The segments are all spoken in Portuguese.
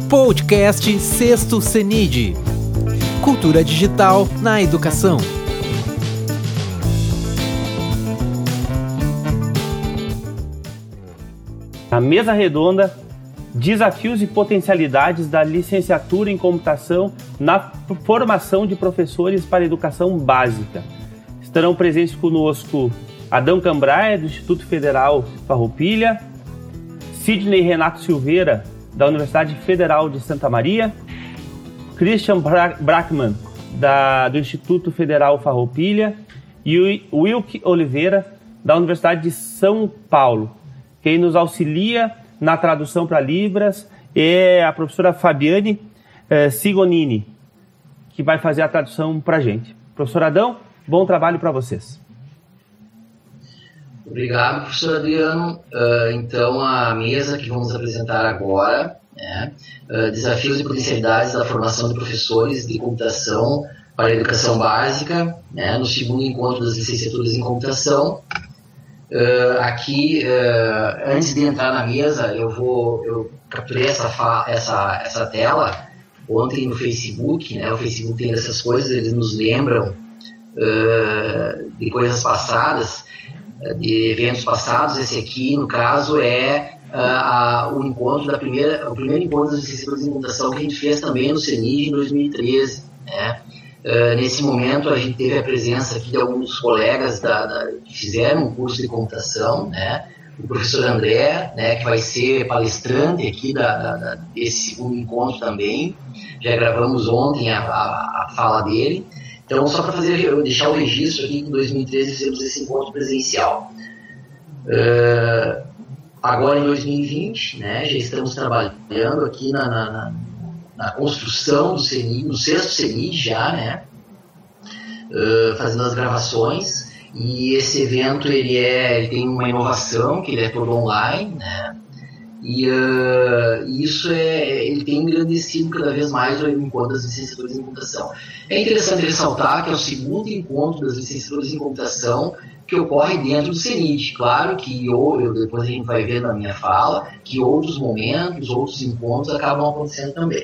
Podcast Sexto CENID. Cultura digital na educação. A mesa redonda, desafios e potencialidades da licenciatura em computação na formação de professores para a educação básica. Estarão presentes conosco Adão Cambraia, do Instituto Federal Farroupilha, Sidney Renato Silveira, da Universidade Federal de Santa Maria, Christian Brackmann, do Instituto Federal Farroupilha, e Wilke Oliveira, da Universidade de São Paulo. Quem nos auxilia na tradução para Libras é a professora Fabiane Sigonini, que vai fazer a tradução para a gente. Professor Adão, bom trabalho para vocês. Obrigado, professor Adriano. Então, a mesa que vamos apresentar agora é Desafios e Potencialidades da Formação de Professores de Computação para a Educação Básica, no segundo encontro das licenciaturas em Computação. Aqui, antes de entrar na mesa, eu capturei essa tela ontem no Facebook, O Facebook tem essas coisas, eles nos lembram de coisas passadas, de eventos passados. Esse aqui, no caso, é o primeiro encontro das licenciaturas em computação que a gente fez também no CENID em 2013, nesse momento a gente teve a presença aqui de alguns colegas que fizeram um curso de computação, o professor André, que vai ser palestrante aqui desse segundo encontro também. Já gravamos ontem a fala dele. Então, só para deixar o registro aqui, que em 2013 fizemos esse encontro presencial. Agora, em 2020, já estamos trabalhando aqui na construção do CENID, no sexto CENID já, fazendo as gravações. E esse evento ele tem uma inovação, que ele é todo online, e isso ele tem engrandecido cada vez mais o encontro das licenciaturas em computação. É interessante ressaltar que é o segundo encontro das licenciaturas em computação que ocorre dentro do CENID. Claro que depois a gente vai ver na minha fala que outros momentos, outros encontros acabam acontecendo também.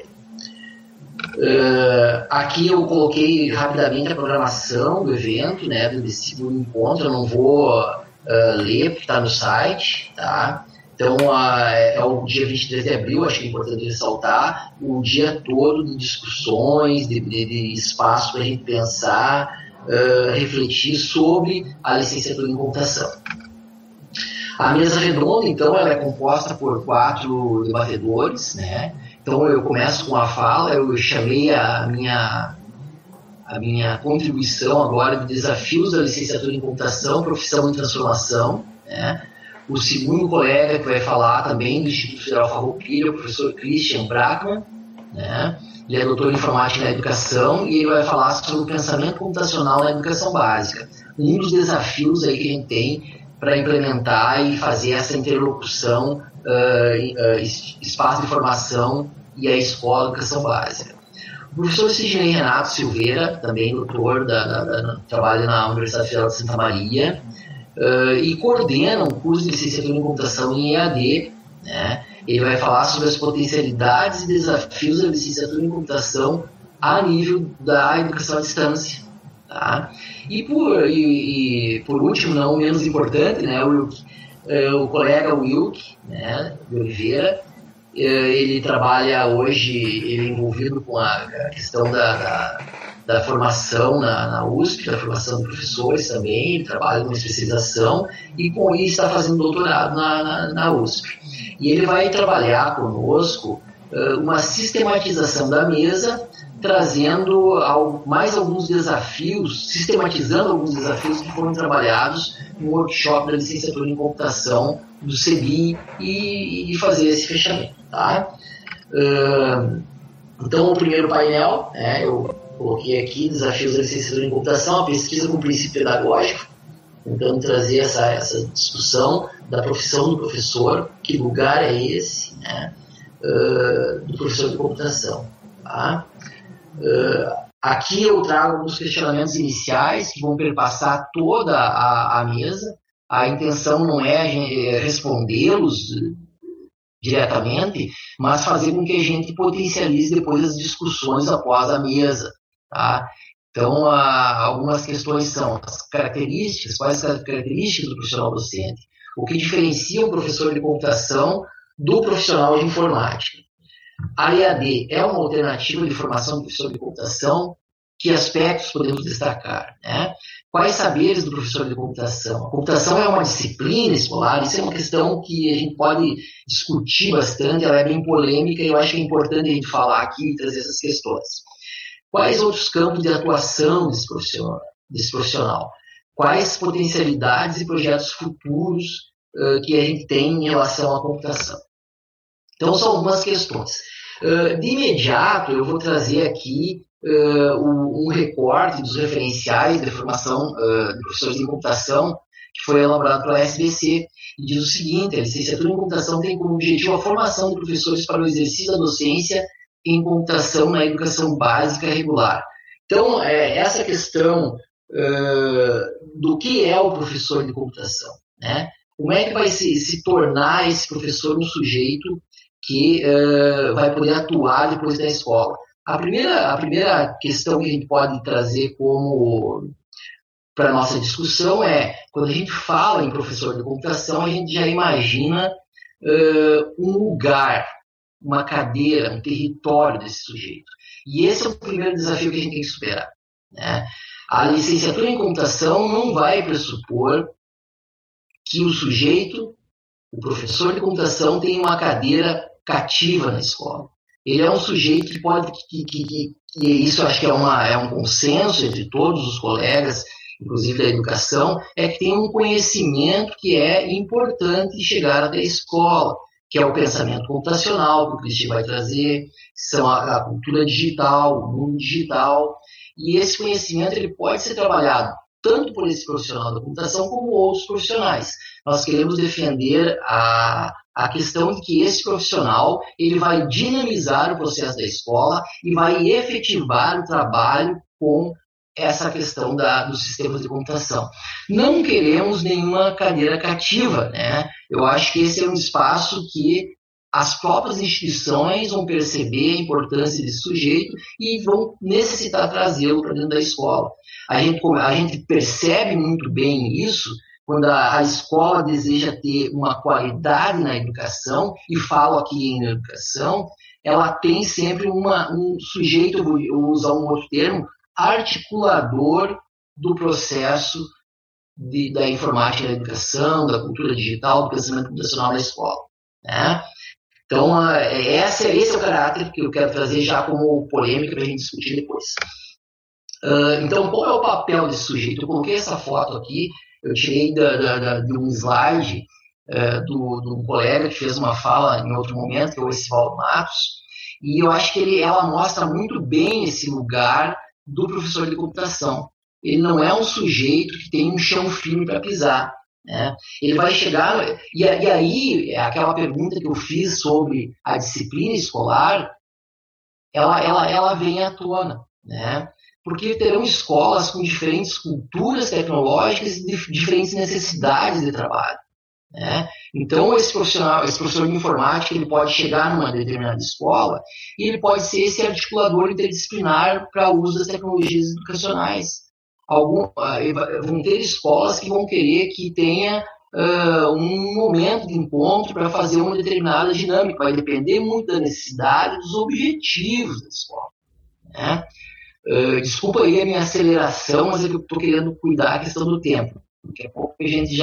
Aqui eu coloquei rapidamente a programação do evento, desse segundo encontro. Eu não vou ler porque está no site, tá? Então, é o dia 23 de abril, acho que é importante ressaltar, o dia todo de discussões, de espaço para a gente pensar, refletir sobre a licenciatura em computação. A mesa redonda, então, ela é composta por 4 debatedores, Então, eu começo com a fala. Eu chamei a minha contribuição agora de Desafios da Licenciatura em Computação, Profissão em Transformação, O segundo colega que vai falar também do Instituto Federal Farroupilha é o professor Christian Brackmann, Ele é doutor em Informática na Educação e ele vai falar sobre o pensamento computacional na educação básica. Um dos desafios aí que a gente tem para implementar e fazer essa interlocução espaço de formação e a escola de educação básica. O professor Sidney Renato Silveira, também doutor, trabalha na Universidade Federal de Santa Maria, e coordena um curso de licenciatura em computação em EAD, Ele vai falar sobre as potencialidades e desafios da licenciatura em computação a nível da educação à distância, tá? E por último, não menos importante, o colega Wilke, de Oliveira, ele trabalha hoje, ele é envolvido com a questão da formação na USP, da formação de professores também. Ele trabalha numa especialização e com isso está fazendo doutorado na USP. E ele vai trabalhar conosco uma sistematização da mesa, trazendo mais alguns desafios, sistematizando alguns desafios que foram trabalhados no workshop da licenciatura em computação do CEBI e fazer esse fechamento, tá? Então, o primeiro painel, eu coloquei aqui Desafios da Licenciatura em Computação, a pesquisa com princípio pedagógico, tentando trazer essa discussão da profissão do professor, que lugar é esse, do professor de computação, tá? Aqui eu trago alguns questionamentos iniciais que vão perpassar toda a mesa. A intenção não é respondê-los diretamente, mas fazer com que a gente potencialize depois as discussões após a mesa, tá? Então, algumas questões são as características, quais as características do profissional docente, o que diferencia o professor de computação do profissional de informática. A EAD é uma alternativa de formação do professor de computação? Que aspectos podemos destacar, né? Quais saberes do professor de computação? A computação é uma disciplina escolar, isso é uma questão que a gente pode discutir bastante, ela é bem polêmica e eu acho que é importante a gente falar aqui e trazer essas questões. Quais outros campos de atuação desse profissional? Quais potencialidades e projetos futuros que a gente tem em relação à computação? Então, são algumas questões. De imediato, eu vou trazer aqui um recorte dos referenciais de formação de professores em computação que foi elaborado pela SBC e diz o seguinte: a licenciatura em computação tem como objetivo a formação de professores para o exercício da docência em computação na educação básica regular. Então, essa questão do que é o professor de computação, né? Como é que vai se tornar esse professor um sujeito que vai poder atuar depois da escola? A primeira questão que a gente pode trazer como para a nossa discussão é, quando a gente fala em professor de computação, a gente já imagina um lugar, uma cadeira, um território desse sujeito. E esse é o primeiro desafio que a gente tem que superar, né? A licenciatura em computação não vai pressupor que o sujeito, o professor de computação, tenha uma cadeira cativa na escola. Ele é um sujeito que pode, e isso acho que é um consenso entre todos os colegas, inclusive da educação, é que tem um conhecimento que é importante chegar até a escola, que é o pensamento computacional, que o Christian vai trazer, são a cultura digital, o mundo digital, e esse conhecimento ele pode ser trabalhado tanto por esse profissional da computação como outros profissionais. Nós queremos defender a questão de que esse profissional ele vai dinamizar o processo da escola e vai efetivar o trabalho com essa questão dos sistemas de computação. Não queremos nenhuma cadeira cativa, né? Eu acho que esse é um espaço que as próprias instituições vão perceber a importância desse sujeito e vão necessitar trazê-lo para dentro da escola. A gente percebe muito bem isso quando a escola deseja ter uma qualidade na educação, e falo aqui em educação, ela tem sempre um sujeito, eu vou usar um outro termo, articulador do processo da informática da educação, da cultura digital, do pensamento computacional na escola, né? Então, esse é o caráter que eu quero trazer já como polêmica para a gente discutir depois. Então, qual é o papel desse sujeito? Eu coloquei essa foto aqui, eu tirei de um slide de um colega que fez uma fala em outro momento, que é o Esivaldo Matos, e eu acho que ela mostra muito bem esse lugar do professor de computação. Ele não é um sujeito que tem um chão firme para pisar, né? Ele vai chegar... E aí, aquela pergunta que eu fiz sobre a disciplina escolar, ela vem à tona, né? Porque terão escolas com diferentes culturas tecnológicas e diferentes necessidades de trabalho, né? Então, esse professor de informática, ele pode chegar numa determinada escola e ele pode ser esse articulador interdisciplinar para o uso das tecnologias educacionais. Vão ter escolas que vão querer que tenha um momento de encontro para fazer uma determinada dinâmica. Vai depender muito da necessidade, dos objetivos da escola, né? Desculpa aí a minha aceleração, mas é que eu estou querendo cuidar da questão do tempo. Daqui a pouco a gente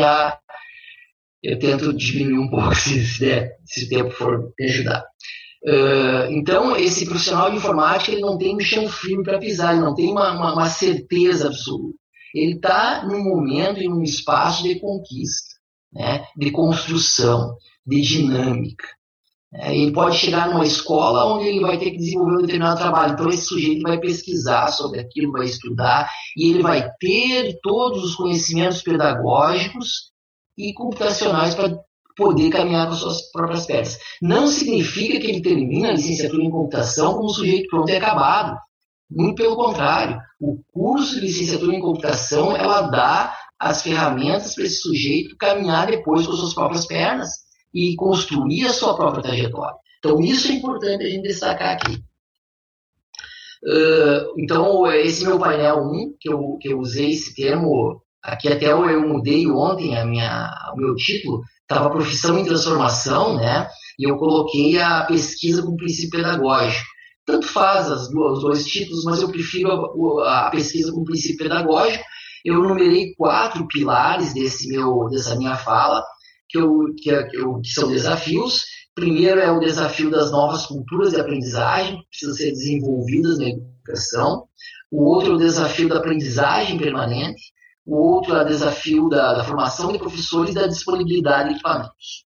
eu tento diminuir um pouco se o tempo for me ajudar. Então, esse profissional de informática ele não tem um chão firme para pisar, ele não tem uma certeza absoluta. Ele está num momento e num espaço de conquista, né, de construção, de dinâmica. Ele pode chegar numa escola onde ele vai ter que desenvolver um determinado trabalho. Então, esse sujeito vai pesquisar sobre aquilo, vai estudar, e ele vai ter todos os conhecimentos pedagógicos e computacionais para poder caminhar com suas próprias pernas. Não significa que ele termina a licenciatura em computação como sujeito pronto e acabado. Muito pelo contrário. O curso de licenciatura em computação, ela dá as ferramentas para esse sujeito caminhar depois com suas próprias pernas. e construir a sua própria trajetória. Então, isso é importante a gente destacar aqui. Então, esse meu painel 1, que eu usei esse termo, aqui até eu mudei ontem o meu título, estava Profissão em Transformação, né? E eu coloquei a pesquisa com princípio pedagógico. Tanto faz os dois títulos, mas eu prefiro a pesquisa com princípio pedagógico. Eu numerei 4 pilares dessa minha fala, que são desafios. Primeiro é o desafio das novas culturas de aprendizagem, que precisam ser desenvolvidas na educação. O outro é o desafio da aprendizagem permanente. O outro é o desafio da formação de professores e da disponibilidade de equipamentos.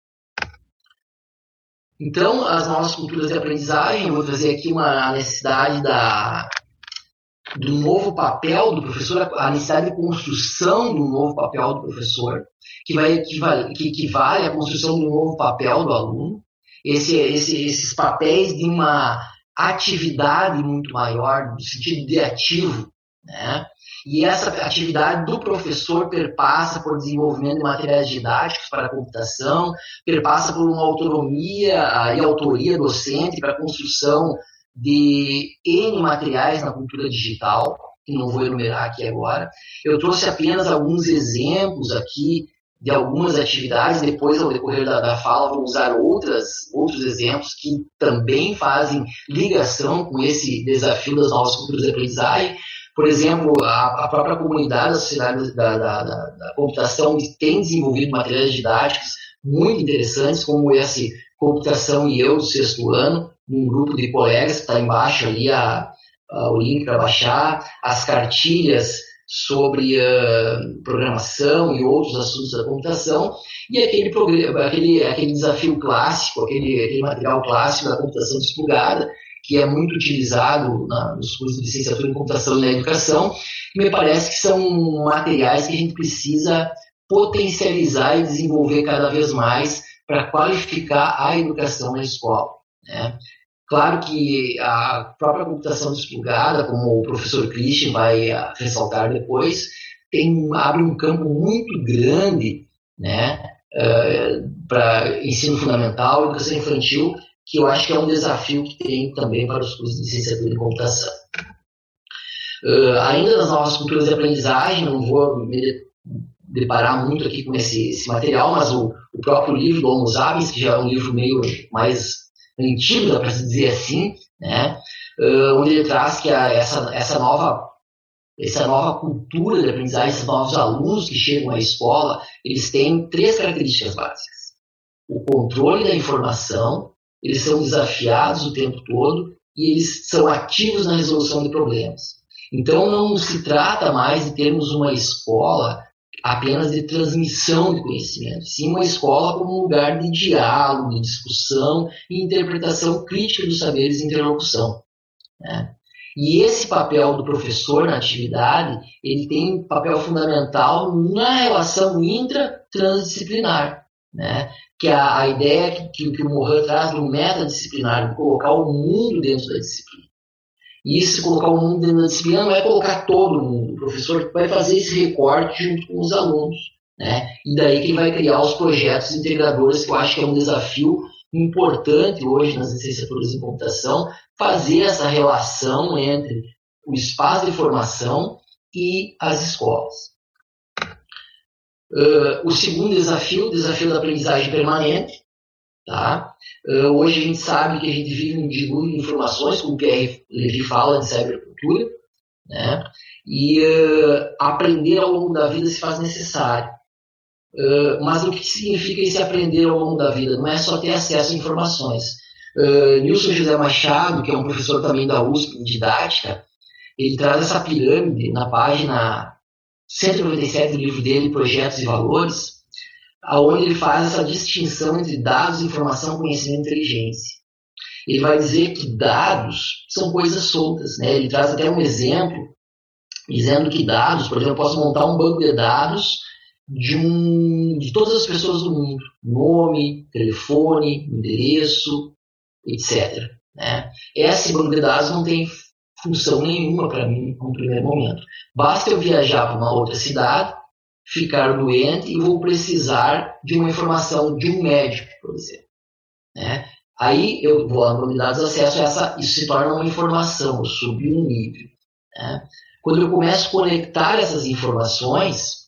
Então, as novas culturas de aprendizagem, eu vou trazer aqui uma necessidade do novo papel do professor, a necessidade de construção do novo papel do professor, que equivale à construção do novo papel do aluno. Esses papéis de uma atividade muito maior, no sentido de ativo, né? E essa atividade do professor perpassa por desenvolvimento de materiais didáticos para a computação, perpassa por uma autonomia e autoria docente para a construção de N materiais na cultura digital, que não vou enumerar aqui agora. Eu trouxe apenas alguns exemplos aqui de algumas atividades, depois, ao decorrer da fala, vou usar outros exemplos que também fazem ligação com esse desafio das novas culturas de aprendizagem. Por exemplo, a própria comunidade da sociedade da computação tem desenvolvido materiais didáticos muito interessantes, como esse Computação e Eu, do 6º ano, num grupo de colegas, que está embaixo ali o link para baixar, as cartilhas sobre programação e outros assuntos da computação, e aquele desafio clássico, aquele material clássico da computação desplugada, que é muito utilizado nos cursos de licenciatura em computação e na educação, e me parece que são materiais que a gente precisa potencializar e desenvolver cada vez mais para qualificar a educação na escola, né? Claro que a própria computação desplugada, como o professor Christian vai ressaltar depois, abre um campo muito grande, né, para ensino fundamental e educação infantil, que eu acho que é um desafio que tem também para os cursos de licenciatura em computação. Ainda nas novas culturas de aprendizagem, não vou me deparar muito aqui com esse material, mas o próprio livro do Homo Sapiens, que já é um livro meio mais antigo, dá para se dizer assim, né? Onde ele traz que essa nova cultura de aprendizagem, esses novos alunos que chegam à escola, eles têm 3 características básicas. O controle da informação, eles são desafiados o tempo todo e eles são ativos na resolução de problemas. Então, não se trata mais de termos uma escola apenas de transmissão de conhecimento, sim uma escola como um lugar de diálogo, de discussão e interpretação crítica dos saberes e interlocução, né? E esse papel do professor na atividade, ele tem um papel fundamental na relação intra-transdisciplinar, né? Que é a ideia que o Morin traz do metadisciplinar, de colocar o mundo dentro da disciplina. E se colocar o mundo dentro da disciplina não é colocar todo mundo. O professor vai fazer esse recorte junto com os alunos, né? E daí que ele vai criar os projetos integradores, que eu acho que é um desafio importante hoje nas licenciaturas em computação, fazer essa relação entre o espaço de formação e as escolas. O segundo desafio, o desafio da aprendizagem permanente. Tá? Hoje a gente sabe que a gente vive um dilúvio de informações, como o Pierre Levy fala de cybercultura, né? E aprender ao longo da vida se faz necessário. Mas o que significa esse aprender ao longo da vida? Não é só ter acesso a informações. Nilson José Machado, que é um professor também da USP em didática, ele traz essa pirâmide na página 197 do livro dele, Projetos e Valores, onde ele faz essa distinção entre dados, informação, conhecimento e inteligência. Ele vai dizer que dados são coisas soltas, né? Ele traz até um exemplo, dizendo que dados, por exemplo, eu posso montar um banco de dados de todas as pessoas do mundo, nome, telefone, endereço, etc., né? Esse banco de dados não tem função nenhuma para mim no primeiro momento. Basta eu viajar para uma outra cidade, ficar doente e vou precisar de uma informação de um médico, por exemplo. Né? Aí eu vou lá no banco de dados, acesso isso se torna uma informação, eu subi um nível. Né? Quando eu começo a conectar essas informações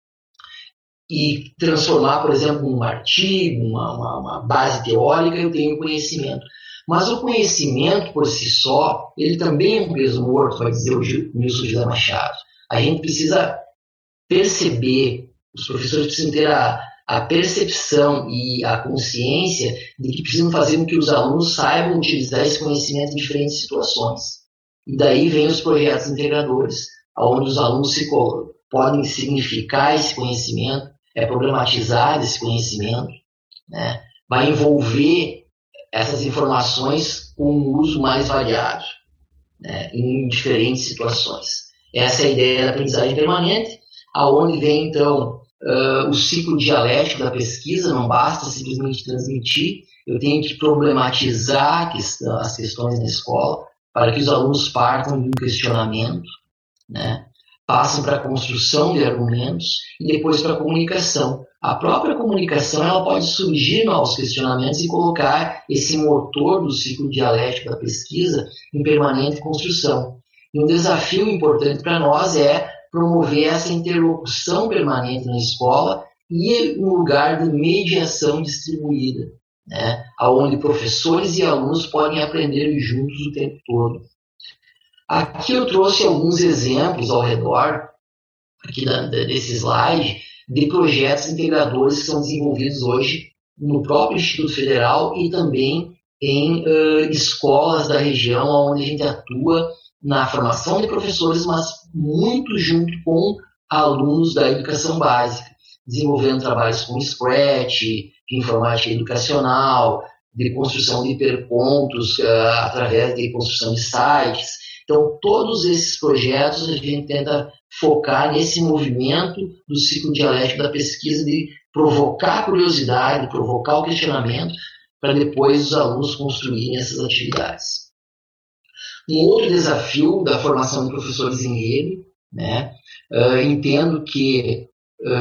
e transformar, por exemplo, num artigo, uma base teórica, eu tenho conhecimento. Mas o conhecimento, por si só, ele também é um peso morto, vai dizer o Nilson José Machado. A gente precisa perceber, os professores precisam ter a percepção e a consciência de que precisam fazer com que os alunos saibam utilizar esse conhecimento em diferentes situações. E daí vem os projetos integradores, onde os alunos podem significar esse conhecimento, problematizar esse conhecimento, né? Vai envolver essas informações com um uso mais variado, né? Em diferentes situações. Essa é a ideia da aprendizagem permanente, aonde vem, então, o ciclo dialético da pesquisa. Não basta simplesmente transmitir, eu tenho que problematizar as questões na escola para que os alunos partam de um questionamento, né? Passem para a construção de argumentos e depois para a comunicação. A própria comunicação ela pode surgir novos questionamentos e colocar esse motor do ciclo dialético da pesquisa em permanente construção. E um desafio importante para nós é promover essa interlocução permanente na escola e um lugar de mediação distribuída, né? Onde professores e alunos podem aprender juntos o tempo todo. Aqui eu trouxe alguns exemplos ao redor aqui desse slide de projetos integradores que são desenvolvidos hoje no próprio Instituto Federal e também em escolas da região onde a gente atua na formação de professores, mas muito junto com alunos da educação básica, desenvolvendo trabalhos com Scratch, de informática educacional, de construção de hiperpontos através de construção de sites. Então, todos esses projetos a gente tenta focar nesse movimento do ciclo dialético da pesquisa, de provocar a curiosidade, provocar o questionamento, para depois os alunos construírem essas atividades. Um outro desafio da formação de professores em rede, né? Entendo que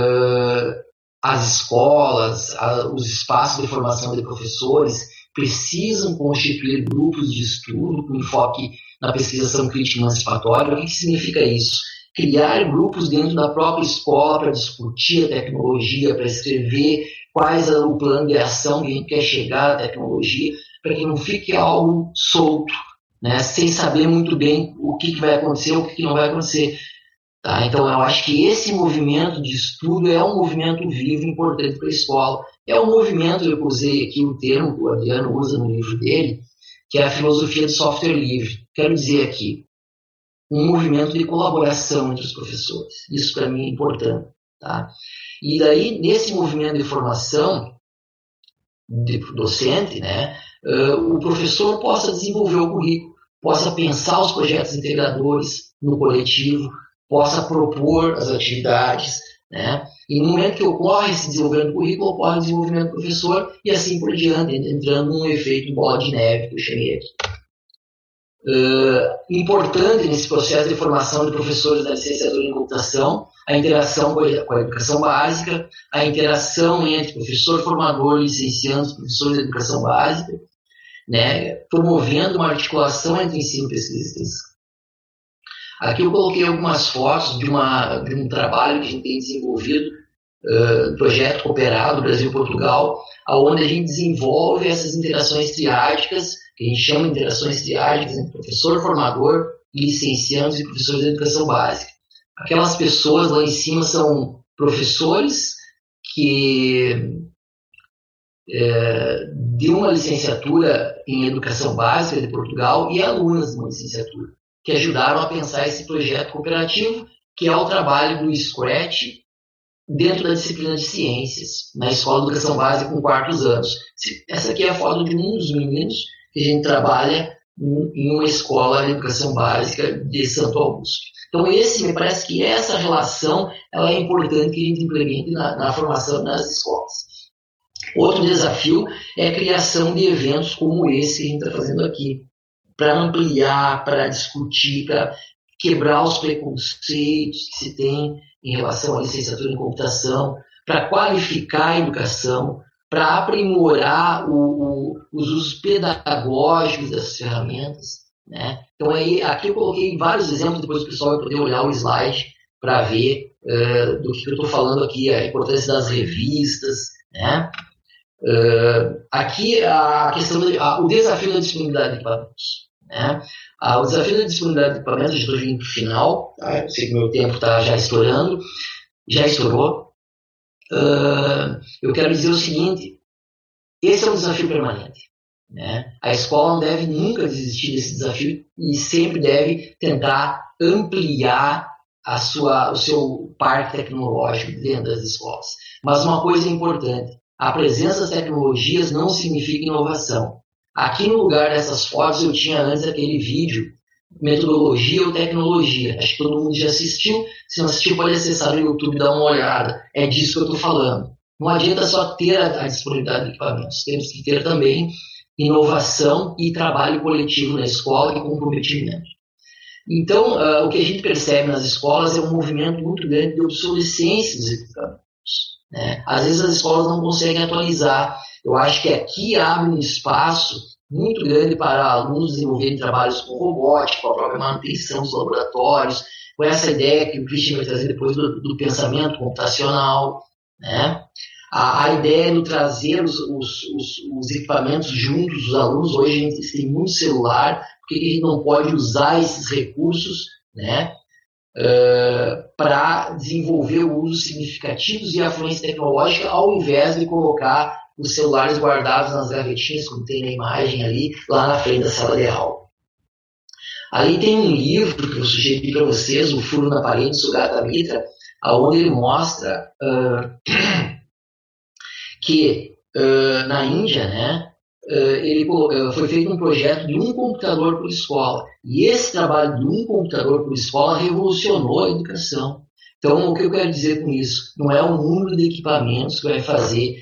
as escolas, os espaços de formação de professores precisam constituir grupos de estudo com enfoque na pesquisação crítica emancipatória. O que significa isso? Criar grupos dentro da própria escola para discutir a tecnologia, para escrever quais é o plano de ação que a gente quer chegar à tecnologia, para que não fique algo solto, né, sem saber muito bem o que vai acontecer ou o que não vai acontecer. Tá? Então, eu acho que esse movimento de estudo é um movimento vivo e importante para a escola. É um movimento, eu usei aqui o termo que o Adriano usa no livro dele, que é a filosofia do software livre. Quero dizer aqui, um movimento de colaboração entre os professores. Isso para mim é importante. Tá? E daí, nesse movimento de formação de docente, né, o professor possa desenvolver o currículo, possa pensar os projetos integradores no coletivo, possa propor as atividades, né? E no momento que ocorre esse desenvolvimento do currículo, ocorre o desenvolvimento do professor e assim por diante, entrando num efeito bola de neve que eu chamei aqui. Importante nesse processo de formação de professores da licenciatura em computação, a interação com a educação básica, a interação entre professor formador, licenciandos, professores de educação básica, né, promovendo uma articulação entre ensino, pesquisa e extensão. Aqui eu coloquei algumas fotos de um trabalho que a gente tem desenvolvido, projeto cooperado Brasil-Portugal, onde a gente desenvolve essas interações triádicas, que a gente chama de interações triádicas entre professor formador, licenciandos e professores de educação básica. Aquelas pessoas lá em cima são professores que de uma licenciatura em educação básica de Portugal e alunas de uma licenciatura, que ajudaram a pensar esse projeto cooperativo, que é o trabalho do Scratch dentro da disciplina de ciências, na Escola de Educação Básica com 4º anos. Essa aqui é a foto de um dos meninos que a gente trabalha em uma escola de educação básica de Santo Augusto. Então, me parece que essa relação ela é importante que a gente implemente na formação nas escolas. Outro desafio é a criação de eventos como esse que a gente está fazendo aqui, para ampliar, para discutir, para quebrar os preconceitos que se tem em relação à licenciatura em computação, para qualificar a educação, para aprimorar os usos pedagógicos dessas ferramentas, né? Então, aqui eu coloquei vários exemplos, depois o pessoal vai poder olhar o slide para ver do que eu estou falando aqui, a importância das revistas, né? Aqui a questão o desafio da disponibilidade de equipamentos, né? O desafio da disponibilidade de equipamentos, já estou vindo para o final, tá? Eu sei que meu tempo está já estourou. Eu quero dizer o seguinte: esse é um desafio permanente, né? A escola não deve nunca desistir desse desafio e sempre deve tentar ampliar o seu parque tecnológico dentro das escolas. Mas uma coisa importante: a presença das tecnologias não significa inovação. Aqui no lugar dessas fotos eu tinha antes aquele vídeo, metodologia ou tecnologia. Acho que todo mundo já assistiu. Se não assistiu, pode acessar o YouTube e dar uma olhada. É disso que eu estou falando. Não adianta só ter a disponibilidade de equipamentos. Temos que ter também inovação e trabalho coletivo na escola e comprometimento. Então, o que a gente percebe nas escolas é um movimento muito grande de obsolescência dos equipamentos, né? Às vezes as escolas não conseguem atualizar. Eu acho que aqui abre um espaço muito grande para alunos desenvolverem trabalhos com robótica, com a própria manutenção dos laboratórios, com essa ideia que o Christian vai trazer depois do pensamento computacional, né? A ideia de trazer os equipamentos juntos, os alunos. Hoje a gente tem muito celular, por que a gente não pode usar esses recursos, né, para desenvolver usos significativos e a fluência tecnológica, ao invés de colocar os celulares guardados nas gavetinhas, como tem na imagem ali, lá na frente da sala de aula. Ali tem um livro que eu sugeri para vocês, O Furo na Parede, do Sugata Mitra, onde ele mostra que na Índia, né, foi feito um projeto de um computador por escola. E esse trabalho de um computador por escola revolucionou a educação. Então, o que eu quero dizer com isso? Não é o número de equipamentos que vai fazer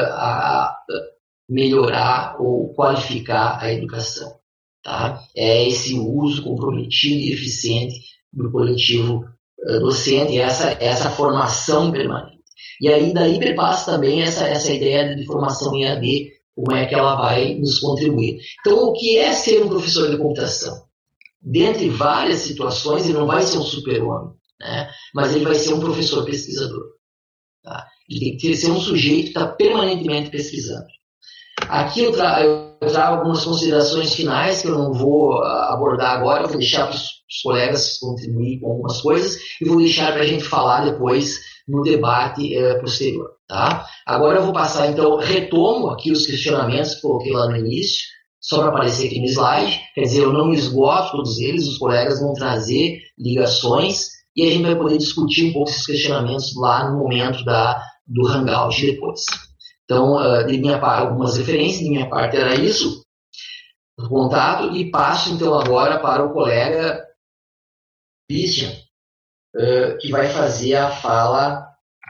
melhorar ou qualificar a educação, tá? É esse uso comprometido e eficiente do coletivo docente, essa formação permanente. E aí daí perpassa também essa ideia de formação em EAD, como é que ela vai nos contribuir. Então, o que é ser um professor de computação? Dentre várias situações, ele não vai ser um super-homem, né? Mas ele vai ser um professor pesquisador, tá? Ele tem que ser um sujeito que está permanentemente pesquisando. Aqui eu trago algumas considerações finais que eu não vou abordar agora, eu vou deixar para os colegas contribuir com algumas coisas e vou deixar para a gente falar depois no debate posterior, tá? Agora eu vou passar, então, retomo aqui os questionamentos que coloquei lá no início, só para aparecer aqui no slide. Quer dizer, eu não esgoto todos eles, os colegas vão trazer ligações e a gente vai poder discutir um pouco esses questionamentos lá no momento do Hangout depois. Então, de minha parte, algumas referências, de minha parte era isso, o contato, e passo então agora para o colega Christian, que vai fazer a fala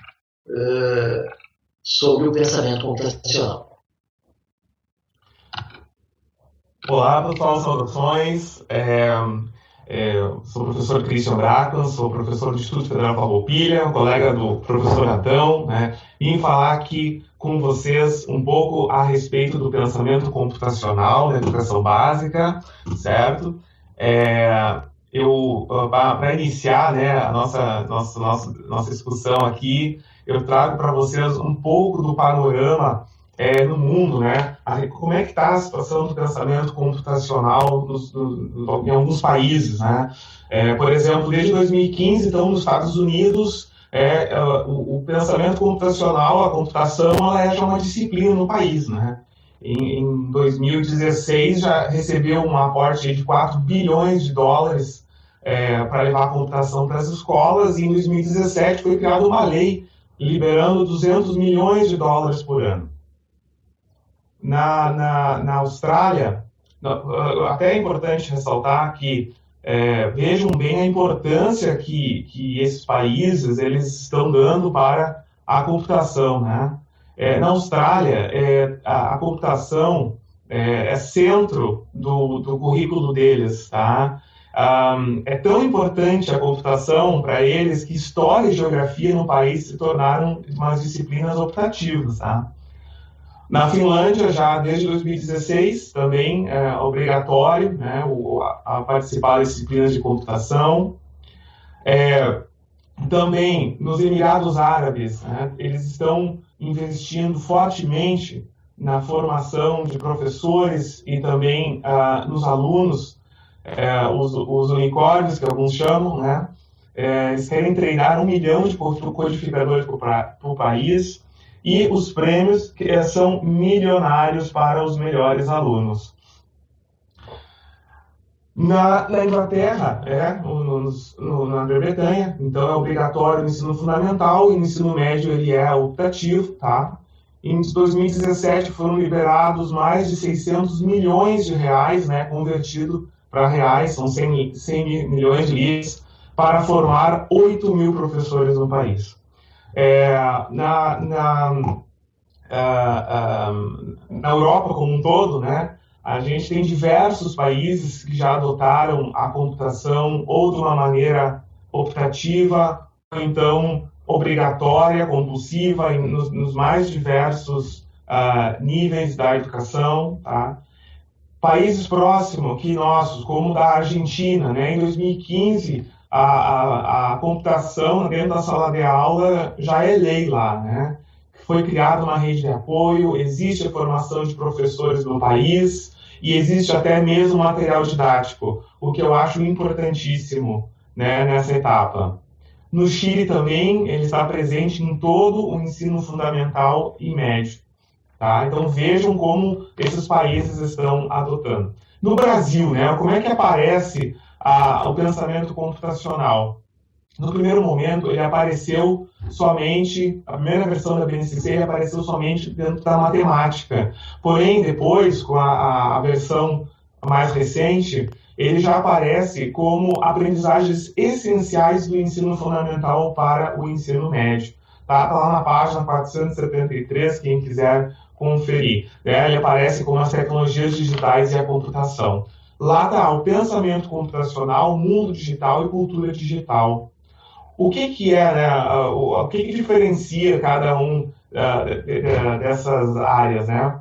sobre o pensamento computacional. Olá, pessoal, saudações. Sou o professor Christian Brackman, sou professor do Instituto Federal Farroupilha, colega do professor Natão, né? Vim falar aqui com vocês um pouco a respeito do pensamento computacional na educação básica, certo? Para iniciar, né, a nossa discussão aqui, eu trago para vocês um pouco do panorama no mundo, né? Como é que está a situação do pensamento computacional em alguns países, né? Por exemplo, desde 2015, então, nos Estados Unidos, o pensamento computacional, a computação, ela é já uma disciplina no país, né? Em 2016, já recebeu um aporte de 4 bilhões de dólares para levar a computação para as escolas, e em 2017 foi criada uma lei liberando 200 milhões de dólares por ano. Na Austrália, até é importante ressaltar que vejam bem a importância que esses países eles estão dando para a computação, né? Na Austrália, a computação é centro do currículo deles, tá? É tão importante a computação para eles que história e geografia no país se tornaram umas disciplinas optativas, tá? Na Finlândia, já desde 2016, também é obrigatório, né, a participar das disciplinas de computação. Também nos Emirados Árabes, né, eles estão investindo fortemente na formação de professores e também nos alunos, os unicórnios, que alguns chamam, né? Eles querem treinar 1 milhão de codificadores para o país, e os prêmios são milionários para os melhores alunos. Na Inglaterra, na Grã-Bretanha, então é obrigatório o ensino fundamental, e o ensino médio ele é optativo, tá? Em 2017 foram liberados mais de 600 milhões de reais, né, convertido para reais, são 100 milhões de libras, para formar 8 mil professores no país. Na Europa como um todo, né, a gente tem diversos países que já adotaram a computação ou de uma maneira optativa, ou então obrigatória, compulsiva, nos mais diversos níveis da educação, tá? Países próximos que nossos, como da Argentina, né? Em 2015, a computação dentro da sala de aula já é lei lá, né? Foi criada uma rede de apoio, existe a formação de professores no país e existe até mesmo material didático, o que eu acho importantíssimo, né, nessa etapa. No Chile também, ele está presente em todo o ensino fundamental e médio. Tá? Então vejam como esses países estão adotando. No Brasil, né, como é que aparece o pensamento computacional? No primeiro momento, ele apareceu somente, a primeira versão da BNCC ele apareceu somente dentro da matemática. Porém, depois, com a versão mais recente, ele já aparece como aprendizagens essenciais do ensino fundamental para o ensino médio. Tá lá na página 473, quem quiser conferir. Né? Ele aparece como as tecnologias digitais e a computação. Lá está o pensamento computacional, mundo digital e cultura digital. O que é, né? O que diferencia cada um dessas áreas, né?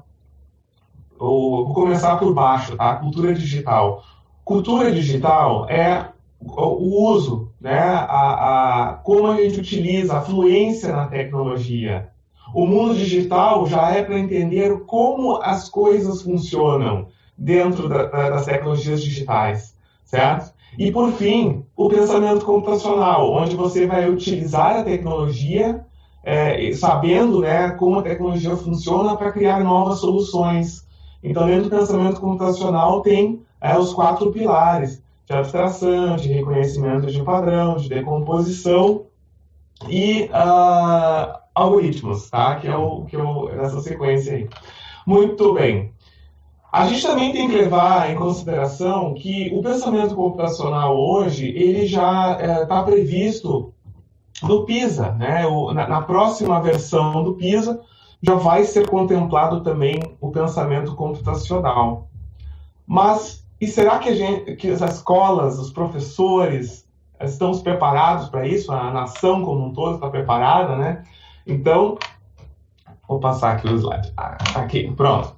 Vou começar por baixo, tá? Cultura digital. Cultura digital é o uso, né? Como a gente utiliza a fluência na tecnologia. O mundo digital já é para entender como as coisas funcionam dentro das tecnologias digitais, certo? E, por fim, o pensamento computacional, onde você vai utilizar a tecnologia, sabendo, né, como a tecnologia funciona para criar novas soluções. Então, dentro do pensamento computacional tem os 4 pilares de abstração, de reconhecimento de padrão, de decomposição e algoritmos, tá? Que é essa sequência aí. Muito bem. A gente também tem que levar em consideração que o pensamento computacional hoje, ele já está previsto no PISA, né? Na próxima versão do PISA, já vai ser contemplado também o pensamento computacional. Mas, e será que as escolas, os professores, estão preparados para isso? A nação como um todo está preparada, né? Então, vou passar aqui o slide. Aqui, pronto.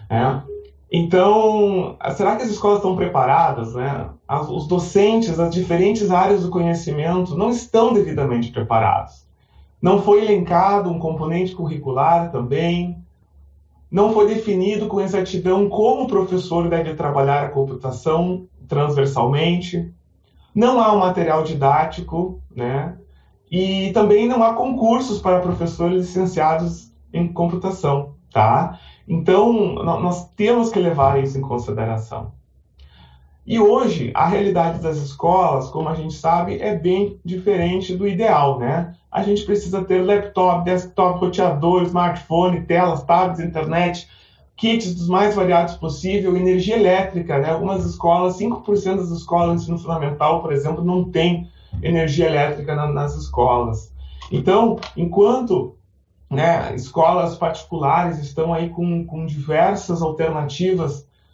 Então, será que as escolas estão preparadas, né? Os docentes, as diferentes áreas do conhecimento não estão devidamente preparados. Não foi elencado um componente curricular também. Não foi definido com exatidão como o professor deve trabalhar a computação transversalmente. Não há um material didático, né? E também não há concursos para professores licenciados em computação, tá? Então, nós temos que levar isso em consideração. E hoje, a realidade das escolas, como a gente sabe, é bem diferente do ideal, né? A gente precisa ter laptop, desktop, roteador, smartphone, telas, tablets, internet, kits dos mais variados possível, energia elétrica, né? Algumas escolas, 5% das escolas de ensino fundamental, por exemplo, não tem energia elétrica nas escolas. Então, enquanto, né, escolas particulares estão aí com diversas alternativas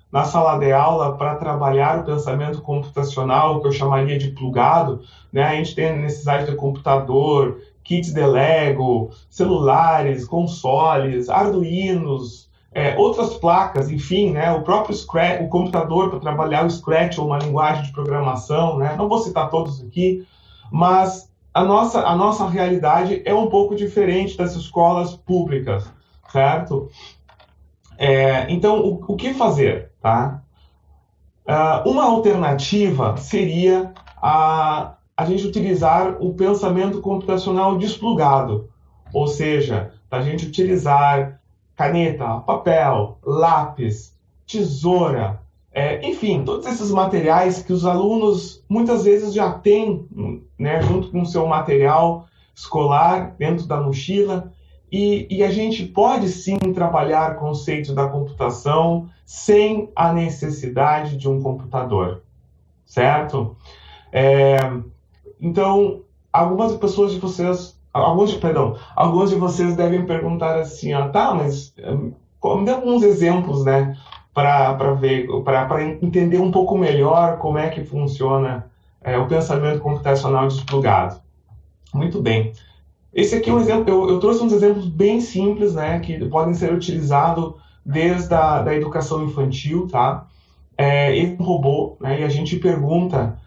na sala de aula para trabalhar o pensamento computacional, que eu chamaria de plugado, né? A gente tem necessidade de computador, kits de Lego, celulares, consoles, arduinos, outras placas, enfim, né? O próprio Scratch, o computador para trabalhar o Scratch ou uma linguagem de programação, né? Não vou citar todos aqui, mas a nossa realidade é um pouco diferente das escolas públicas, certo? Então, o que fazer? Tá? Uma alternativa seria a gente utilizar o pensamento computacional desplugado, ou seja, a gente utilizar caneta, papel, lápis, tesoura, enfim, todos esses materiais que os alunos muitas vezes já têm, né, junto com o seu material escolar dentro da mochila, e a gente pode sim trabalhar conceitos da computação sem a necessidade de um computador, certo? Então, alguns de vocês devem perguntar assim, tá, mas me dê alguns exemplos, né, para entender um pouco melhor como é que funciona o pensamento computacional desplugado. Muito bem. Esse aqui é um exemplo, eu trouxe uns exemplos bem simples, né, que podem ser utilizados desde da educação infantil, tá? Esse é um robô, né, e a gente pergunta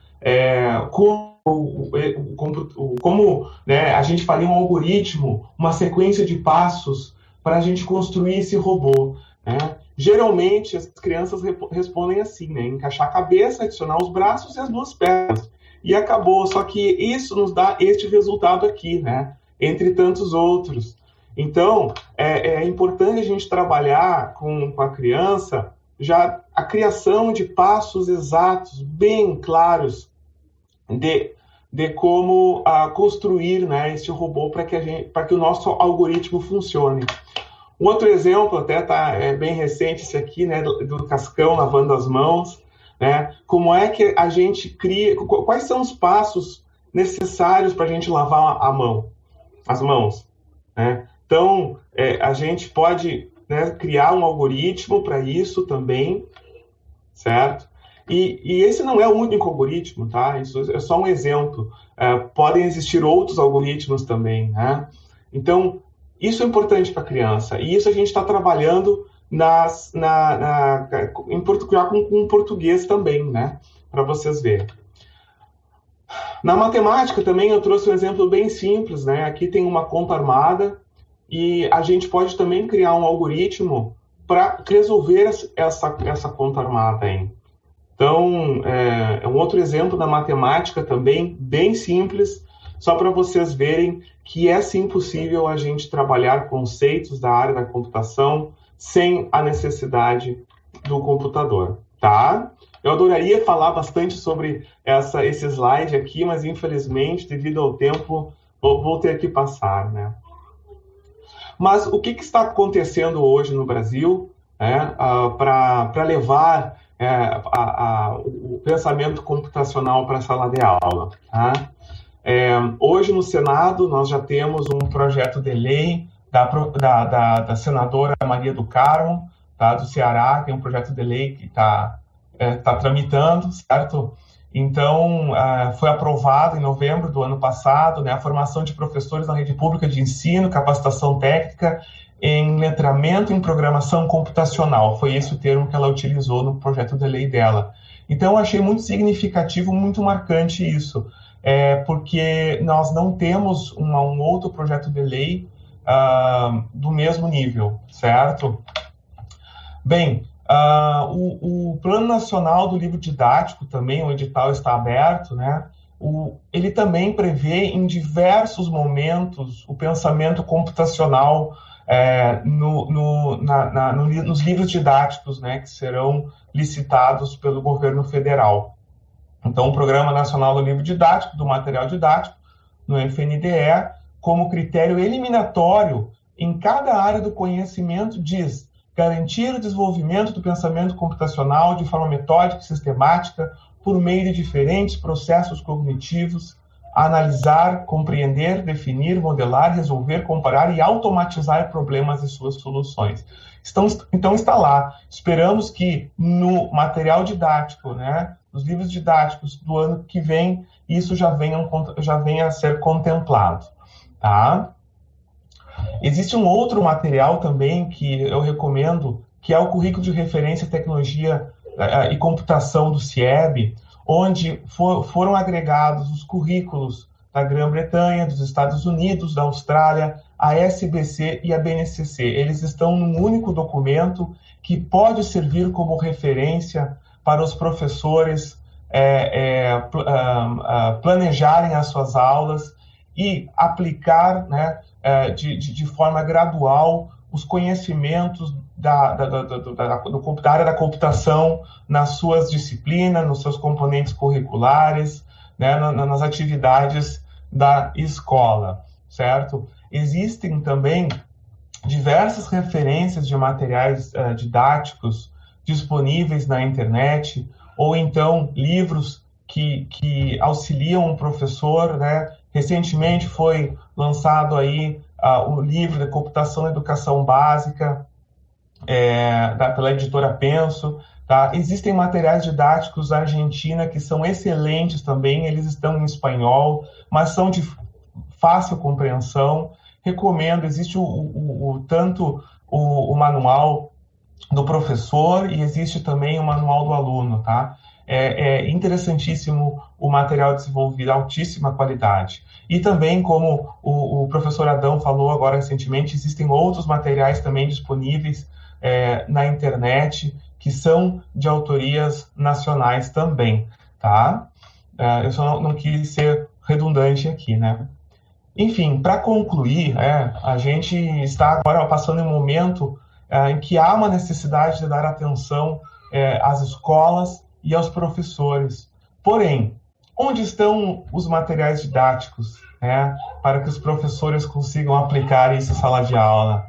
como né, a gente faria um algoritmo, uma sequência de passos para a gente construir esse robô, né? Geralmente, as crianças respondem assim, né, encaixar a cabeça, adicionar os braços e as duas pernas, e acabou. Só que isso nos dá este resultado aqui, né? Entre tantos outros. Então, é importante a gente trabalhar com a criança já a criação de passos exatos, bem claros, de como construir, né, esse robô para que o nosso algoritmo funcione. Um outro exemplo, até bem recente esse aqui, né, do Cascão lavando as mãos, né? Como é que a gente cria, quais são os passos necessários para a gente lavar as mãos, né? Então, a gente pode, né, criar um algoritmo para isso também, certo? E esse não é o único algoritmo, tá? Isso é só um exemplo. Podem existir outros algoritmos também, né? Então, isso é importante para a criança. E isso a gente está trabalhando em Portugal com português também, né? Para vocês verem. Na matemática também eu trouxe um exemplo bem simples, né? Aqui tem uma conta armada e a gente pode também criar um algoritmo para resolver essa conta armada aí. Então, é um outro exemplo da matemática também, bem simples, só para vocês verem que é sim possível a gente trabalhar conceitos da área da computação sem a necessidade do computador, tá? Eu adoraria falar bastante sobre esse slide aqui, mas infelizmente, devido ao tempo, vou ter que passar, né? Mas o que está acontecendo hoje no Brasil, né, para levar o pensamento computacional para a sala de aula, tá? Hoje no Senado nós já temos um projeto de lei da senadora Maria do Carmo, tá, do Ceará, que é um projeto de lei que está tramitando, certo? Então, foi aprovado em novembro do ano passado, né, a formação de professores na rede pública de ensino, capacitação técnica em letramento em programação computacional. Foi esse o termo que ela utilizou no projeto de lei dela. Então, eu achei muito significativo, muito marcante isso, porque nós não temos um outro projeto de lei do mesmo nível, certo? Bem, o Plano Nacional do Livro Didático também, o edital está aberto, né? Ele também prevê em diversos momentos o pensamento computacional nos livros didáticos, né, que serão licitados pelo governo federal. Então, o Programa Nacional do Livro Didático, do Material Didático, no FNDE, como critério eliminatório em cada área do conhecimento, diz garantir o desenvolvimento do pensamento computacional de forma metódica e sistemática por meio de diferentes processos cognitivos analisar, compreender, definir, modelar, resolver, comparar e automatizar problemas e suas soluções. Então está lá. Esperamos que no material didático, né, nos livros didáticos do ano que vem, isso já venha a ser contemplado. Tá? Existe um outro material também que eu recomendo, que é o Currículo de Referência Tecnologia e Computação do CIEB, onde foram agregados os currículos da Grã-Bretanha, dos Estados Unidos, da Austrália, a SBC e a BNCC. Eles estão num único documento que pode servir como referência para os professores planejarem as suas aulas e aplicar, né, de forma gradual os conhecimentos da área da computação nas suas disciplinas, nos seus componentes curriculares, né, nas atividades da escola, certo? Existem também diversas referências de materiais didáticos disponíveis na internet, ou então livros que auxiliam o professor, né? Recentemente foi lançado aí o livro de Computação e Educação Básica, pela editora Penso. Tá? Existem materiais didáticos da Argentina que são excelentes também, eles estão em espanhol, mas são de fácil compreensão. Recomendo, existe tanto o manual do professor e existe também o manual do aluno, tá? É interessantíssimo o material desenvolvido, altíssima qualidade. E também, como o professor Adão falou agora recentemente, existem outros materiais também disponíveis na internet, que são de autorias nacionais também, tá? Eu só não quis ser redundante aqui, né? Enfim, para concluir, a gente está agora passando em um momento em que há uma necessidade de dar atenção às escolas e aos professores. Porém, onde estão os materiais didáticos, né, para que os professores consigam aplicar isso em sala de aula?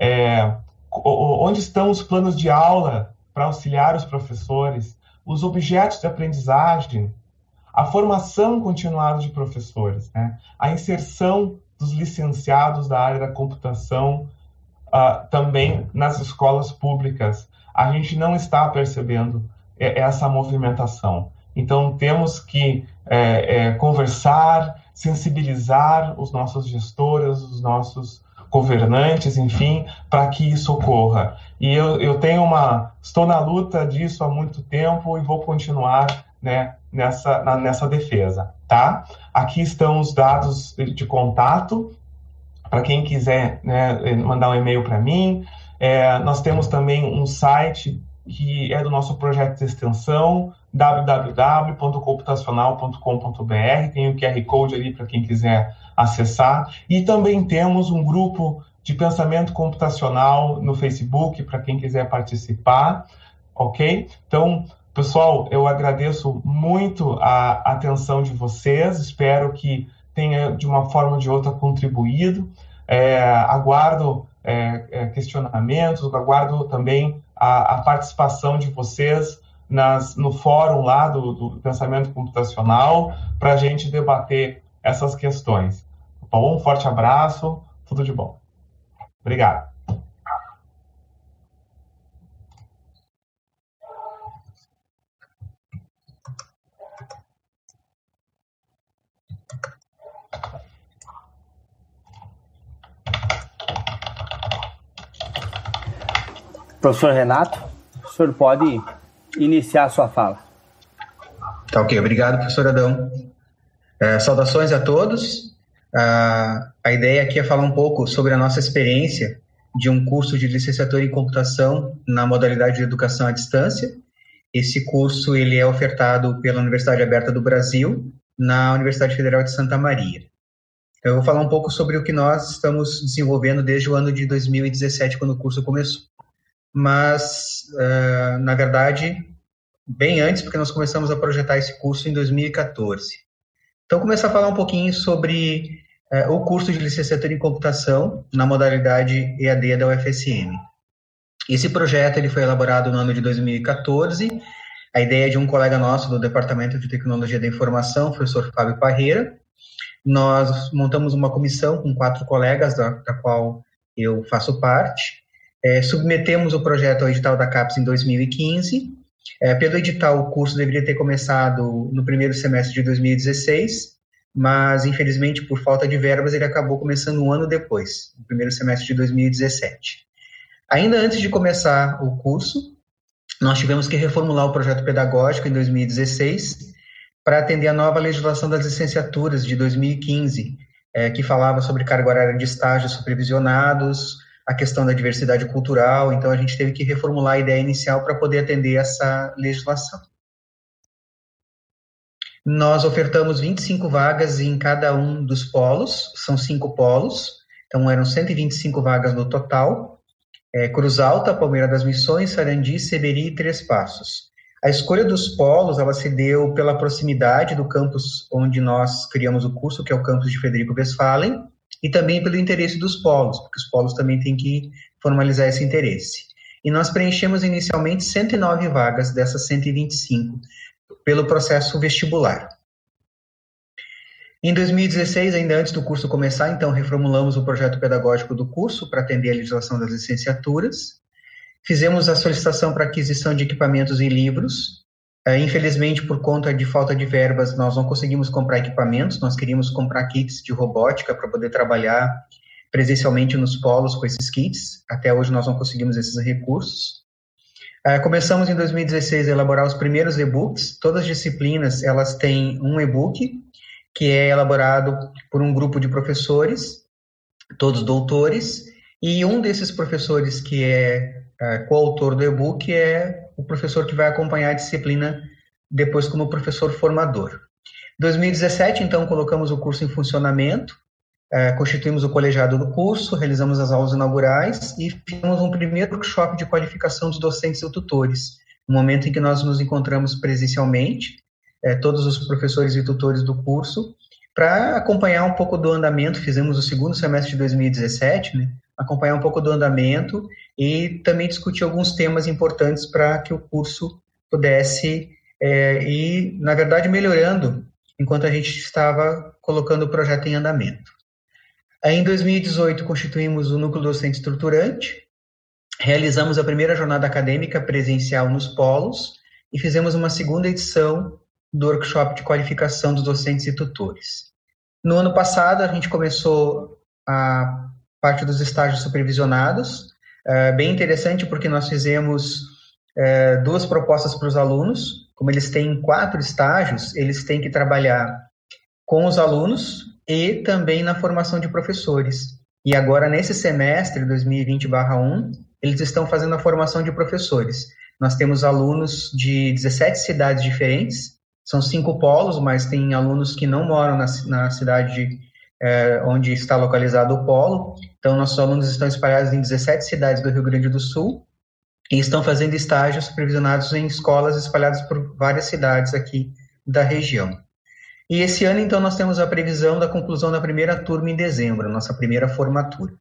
Onde estão os planos de aula para auxiliar os professores? Os objetos de aprendizagem? A formação continuada de professores, né? A inserção dos licenciados da área da computação também nas escolas públicas. A gente não está percebendo essa movimentação. Então, temos que conversar, sensibilizar os nossos gestores, os nossos governantes, enfim, para que isso ocorra. E eu estou na luta disso há muito tempo e vou continuar, né, nessa defesa, tá? Aqui estão os dados de contato, para quem quiser, né, mandar um e-mail para mim. Nós temos também um site que é do nosso projeto de extensão, www.computacional.com.br, tem o QR Code ali para quem quiser acessar, e também temos um grupo de pensamento computacional no Facebook, para quem quiser participar, ok? Então, pessoal, eu agradeço muito a atenção de vocês, espero que tenha, de uma forma ou de outra, contribuído. Aguardo questionamentos, aguardo também a participação de vocês no fórum lá do pensamento computacional, para a gente debater essas questões. Bom, um forte abraço, tudo de bom. Obrigado. Professor Renato, o senhor pode iniciar a sua fala. Tá, ok. Obrigado, professor Adão. Saudações a todos. A ideia aqui é falar um pouco sobre a nossa experiência de um curso de licenciatura em computação na modalidade de educação à distância. Esse curso ele é ofertado pela Universidade Aberta do Brasil, na Universidade Federal de Santa Maria. Então, eu vou falar um pouco sobre o que nós estamos desenvolvendo desde o ano de 2017, quando o curso começou. Mas, na verdade, bem antes, porque nós começamos a projetar esse curso em 2014. Então, começar a falar um pouquinho sobre o curso de licenciatura em computação na modalidade EAD da UFSM. Esse projeto ele foi elaborado no ano de 2014, a ideia é de um colega nosso do Departamento de Tecnologia da Informação, o professor Fábio Parreira, Nós montamos uma comissão com 4 colegas, da qual eu faço parte. Submetemos o projeto ao edital da CAPES em 2015. Pelo edital, o curso deveria ter começado no primeiro semestre de 2016, mas, infelizmente, por falta de verbas, ele acabou começando um ano depois, no primeiro semestre de 2017. Ainda antes de começar o curso, nós tivemos que reformular o projeto pedagógico em 2016 para atender a nova legislação das licenciaturas de 2015, que falava sobre carga horária de estágios supervisionados, a questão da diversidade cultural. Então, a gente teve que reformular a ideia inicial para poder atender essa legislação. Nós ofertamos 25 vagas em cada um dos polos, são 5 polos, então eram 125 vagas no total, Cruz Alta, Palmeira das Missões, Sarandi, Seberi e Três Passos. A escolha dos polos, ela se deu pela proximidade do campus onde nós criamos o curso, que é o campus de Frederico Westphalen, e também pelo interesse dos polos, porque os polos também têm que formalizar esse interesse. E nós preenchemos inicialmente 109 vagas dessas 125, pelo processo vestibular. Em 2016, ainda antes do curso começar, então, reformulamos o projeto pedagógico do curso para atender a legislação das licenciaturas. Fizemos a solicitação para aquisição de equipamentos e livros. Infelizmente, por conta de falta de verbas, nós não conseguimos comprar equipamentos. Nós queríamos comprar kits de robótica para poder trabalhar presencialmente nos polos com esses kits. Até hoje, nós não conseguimos esses recursos. Começamos em 2016 a elaborar os primeiros e-books. Todas as disciplinas, elas têm um e-book, que é elaborado por um grupo de professores, todos doutores, e um desses professores que é coautor do e-book é o professor que vai acompanhar a disciplina depois como professor formador. Em 2017, então, colocamos o curso em funcionamento, constituímos o colegiado do curso, realizamos as aulas inaugurais e fizemos um primeiro workshop de qualificação dos docentes e tutores, no momento em que nós nos encontramos presencialmente, todos os professores e tutores do curso, para acompanhar um pouco do andamento. Fizemos o segundo semestre de 2017, né, acompanhar um pouco do andamento e também discutir alguns temas importantes para que o curso pudesse ir, na verdade, melhorando enquanto a gente estava colocando o projeto em andamento. Aí, em 2018, constituímos o Núcleo Docente Estruturante, realizamos a primeira jornada acadêmica presencial nos polos e fizemos uma segunda edição do workshop de qualificação dos docentes e tutores. No ano passado, a gente começou a parte dos estágios supervisionados, bem interessante porque nós fizemos 2 propostas para os alunos. Como eles têm 4 estágios, eles têm que trabalhar com os alunos e também na formação de professores. E agora, nesse semestre, 2020/1, eles estão fazendo a formação de professores. Nós temos alunos de 17 cidades diferentes, são 5 polos, mas tem alunos que não moram na cidade onde está localizado o polo. Então, nossos alunos estão espalhados em 17 cidades do Rio Grande do Sul e estão fazendo estágios supervisionados em escolas espalhadas por várias cidades aqui da região. E esse ano, então, nós temos a previsão da conclusão da primeira turma em dezembro, nossa primeira formatura.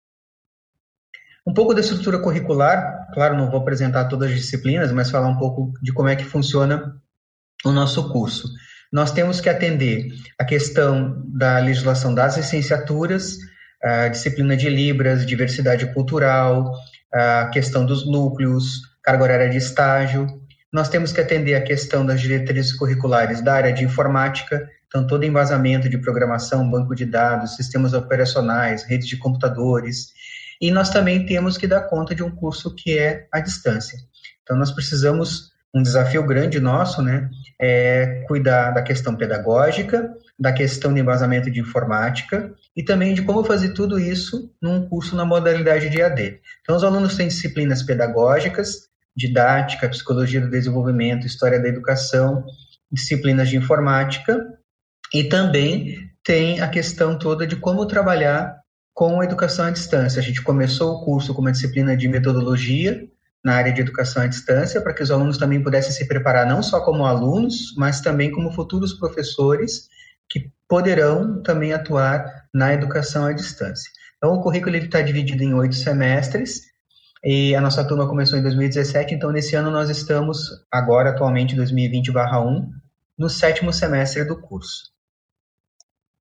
Um pouco da estrutura curricular, claro, não vou apresentar todas as disciplinas, mas falar um pouco de como é que funciona o nosso curso. Nós temos que atender a questão da legislação das licenciaturas, a disciplina de Libras, diversidade cultural, a questão dos núcleos, carga horária de estágio. Nós temos que atender a questão das diretrizes curriculares da área de informática, então todo embasamento de programação, banco de dados, sistemas operacionais, redes de computadores. E nós também temos que dar conta de um curso que é à distância. Então nós precisamos, um desafio grande nosso, né, é cuidar da questão pedagógica, da questão de embasamento de informática e também de como fazer tudo isso num curso na modalidade de EAD. Então, os alunos têm disciplinas pedagógicas, didática, psicologia do desenvolvimento, história da educação, disciplinas de informática e também tem a questão toda de como trabalhar com a educação à distância. A gente começou o curso com uma disciplina de metodologia na área de educação à distância, para que os alunos também pudessem se preparar não só como alunos, mas também como futuros professores que poderão também atuar na educação à distância. Então, o currículo está dividido em 8 semestres, e a nossa turma começou em 2017, então nesse ano nós estamos, agora atualmente 2020/1, no 7º semestre do curso.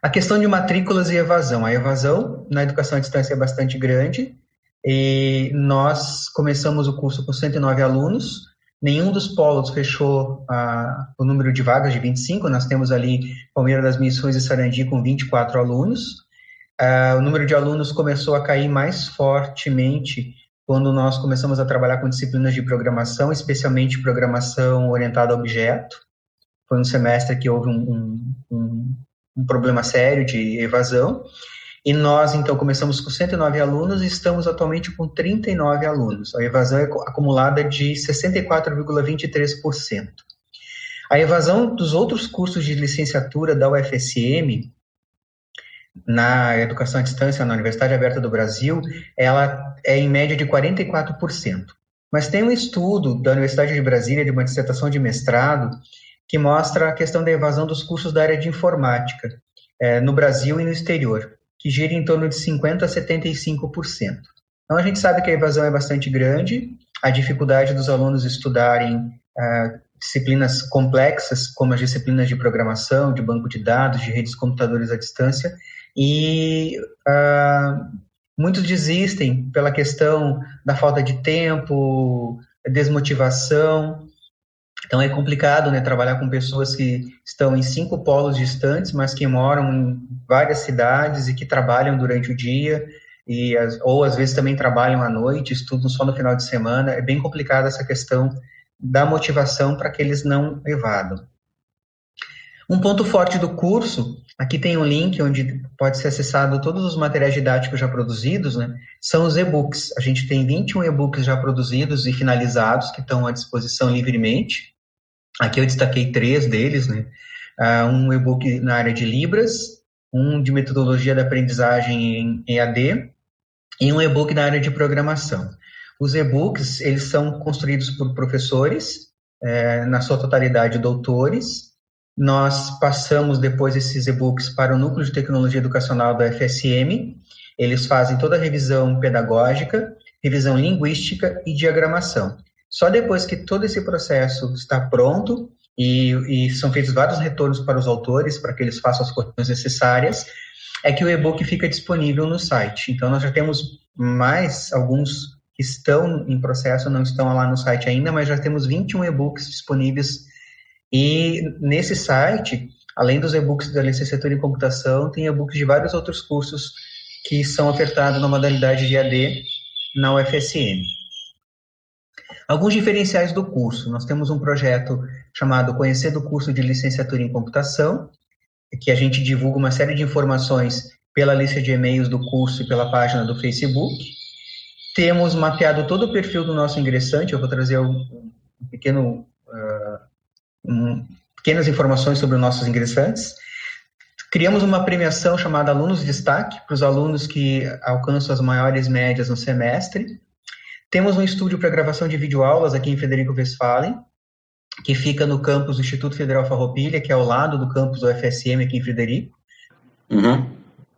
A questão de matrículas e evasão. A evasão na educação à distância é bastante grande e nós começamos o curso com 109 alunos. Nenhum dos polos fechou o número de vagas de 25. Nós temos ali Palmeira das Missões e Sarandi com 24 alunos. O número de alunos começou a cair mais fortemente quando nós começamos a trabalhar com disciplinas de programação, especialmente programação orientada a objeto. Foi um semestre que houve um problema sério de evasão. E nós, então, começamos com 109 alunos e estamos atualmente com 39 alunos. A evasão é acumulada de 64,23%. A evasão dos outros cursos de licenciatura da UFSM, na educação à distância na Universidade Aberta do Brasil, ela é em média de 44%. Mas tem um estudo da Universidade de Brasília, de uma dissertação de mestrado, que mostra a questão da evasão dos cursos da área de informática, no Brasil e no exterior, que gira em torno de 50% a 75%. Então, a gente sabe que a evasão é bastante grande, a dificuldade dos alunos estudarem disciplinas complexas, como as disciplinas de programação, de banco de dados, de redes de computadores à distância, e muitos desistem pela questão da falta de tempo, desmotivação. Então é complicado, né, trabalhar com pessoas que estão em 5 polos distantes, mas que moram em várias cidades e que trabalham durante o dia, ou às vezes também trabalham à noite, estudam só no final de semana. É bem complicada essa questão da motivação para que eles não evadam. Um ponto forte do curso, aqui tem um link onde pode ser acessado todos os materiais didáticos já produzidos, né, são os e-books. A gente tem 21 e-books já produzidos e finalizados, que estão à disposição livremente. Aqui eu destaquei 3 deles, né, um e-book na área de Libras, um de metodologia da aprendizagem em EAD e um e-book na área de programação. Os e-books, eles são construídos por professores, na sua totalidade doutores. Nós passamos depois esses e-books para o Núcleo de Tecnologia Educacional da FSM. Eles fazem toda a revisão pedagógica, revisão linguística e diagramação. Só depois que todo esse processo está pronto e são feitos vários retornos para os autores, para que eles façam as correções necessárias, é que o e-book fica disponível no site. Então, nós já temos mais alguns que estão em processo, não estão lá no site ainda, mas já temos 21 e-books disponíveis. E nesse site, além dos e-books da licenciatura em computação, tem e-books de vários outros cursos que são ofertados na modalidade de EAD na UFSM. Alguns diferenciais do curso. Nós temos um projeto chamado Conhecer do Curso de Licenciatura em Computação, que a gente divulga uma série de informações pela lista de e-mails do curso e pela página do Facebook. Temos mapeado todo o perfil do nosso ingressante. Eu vou trazer pequenas informações sobre os nossos ingressantes. Criamos uma premiação chamada Alunos de Destaque, para os alunos que alcançam as maiores médias no semestre. Temos um estúdio para gravação de videoaulas aqui em Frederico Westphalen, que fica no campus do Instituto Federal Farroupilha, que é ao lado do campus do UFSM aqui em Frederico. Uhum.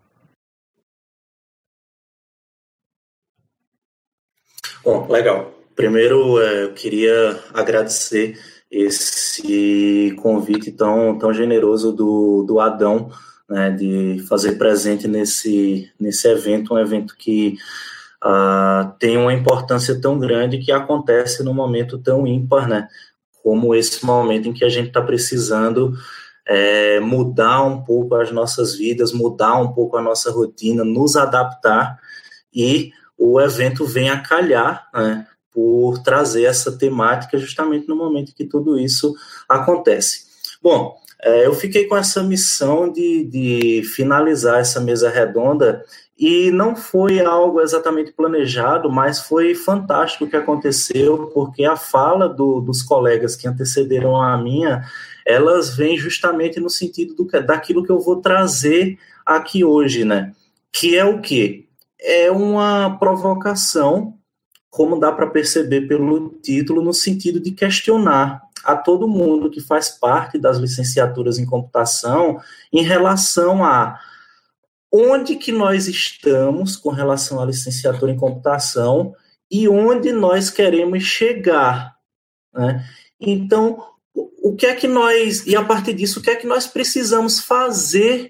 Bom, legal. Primeiro, eu queria agradecer esse convite tão generoso do Adão, né, de fazer presente nesse evento, um evento que tem uma importância tão grande, que acontece num momento tão ímpar, né, como esse momento em que a gente está precisando mudar um pouco as nossas vidas, mudar um pouco a nossa rotina, nos adaptar, e o evento vem a calhar, né, por trazer essa temática justamente no momento que tudo isso acontece. Bom, eu fiquei com essa missão de finalizar essa mesa redonda, e não foi algo exatamente planejado, mas foi fantástico o que aconteceu, porque a fala dos colegas que antecederam a minha, elas vêm justamente no sentido daquilo que eu vou trazer aqui hoje, né? Que é o quê? É uma provocação, como dá para perceber pelo título, no sentido de questionar a todo mundo que faz parte das licenciaturas em computação em relação a onde que nós estamos com relação à licenciatura em computação e onde nós queremos chegar, né? Então, o que é que nós, e a partir disso, o que é que nós precisamos fazer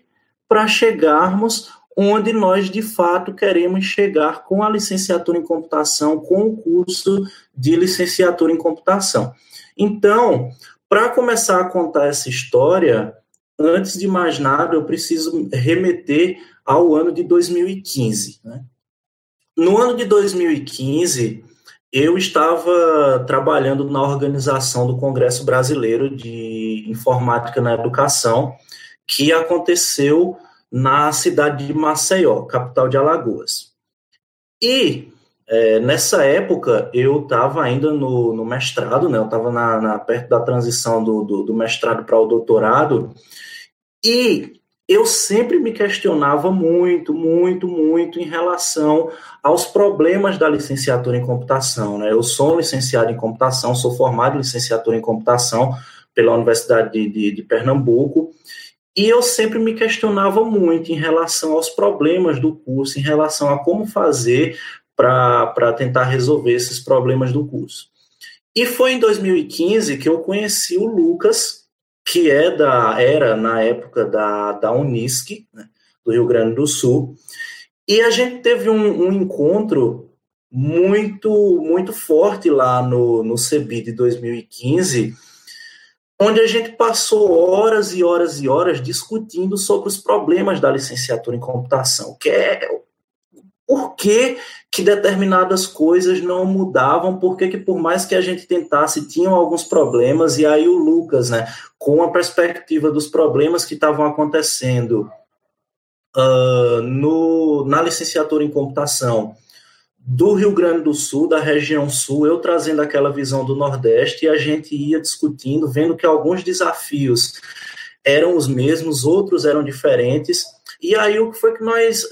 para chegarmos onde nós, de fato, queremos chegar com a licenciatura em computação, com o curso de licenciatura em computação. Então, para começar a contar essa história, antes de mais nada, eu preciso remeter ao ano de 2015. Né? No ano de 2015, eu estava trabalhando na organização do Congresso Brasileiro de Informática na Educação, que aconteceu na cidade de Maceió, capital de Alagoas. E, nessa época, eu estava ainda no mestrado, né? Eu estava perto da transição do mestrado para o doutorado, e eu sempre me questionava muito em relação aos problemas da licenciatura em computação, né? Eu sou um licenciado em computação, sou formado em licenciatura em computação pela Universidade de Pernambuco, e eu sempre me questionava muito em relação aos problemas do curso, em relação a como fazer para tentar resolver esses problemas do curso. E foi em 2015 que eu conheci o Lucas, que era na época da Unisc, né, do Rio Grande do Sul, e a gente teve um encontro muito forte lá no CEBI de 2015, onde a gente passou horas e horas e horas discutindo sobre os problemas da licenciatura em computação, que é por que determinadas coisas não mudavam, por que por mais que a gente tentasse, tinham alguns problemas, e aí o Lucas, né, com a perspectiva dos problemas que estavam acontecendo na licenciatura em computação do Rio Grande do Sul, da região sul, eu trazendo aquela visão do Nordeste, e a gente ia discutindo, vendo que alguns desafios eram os mesmos, outros eram diferentes, e aí o que foi que nós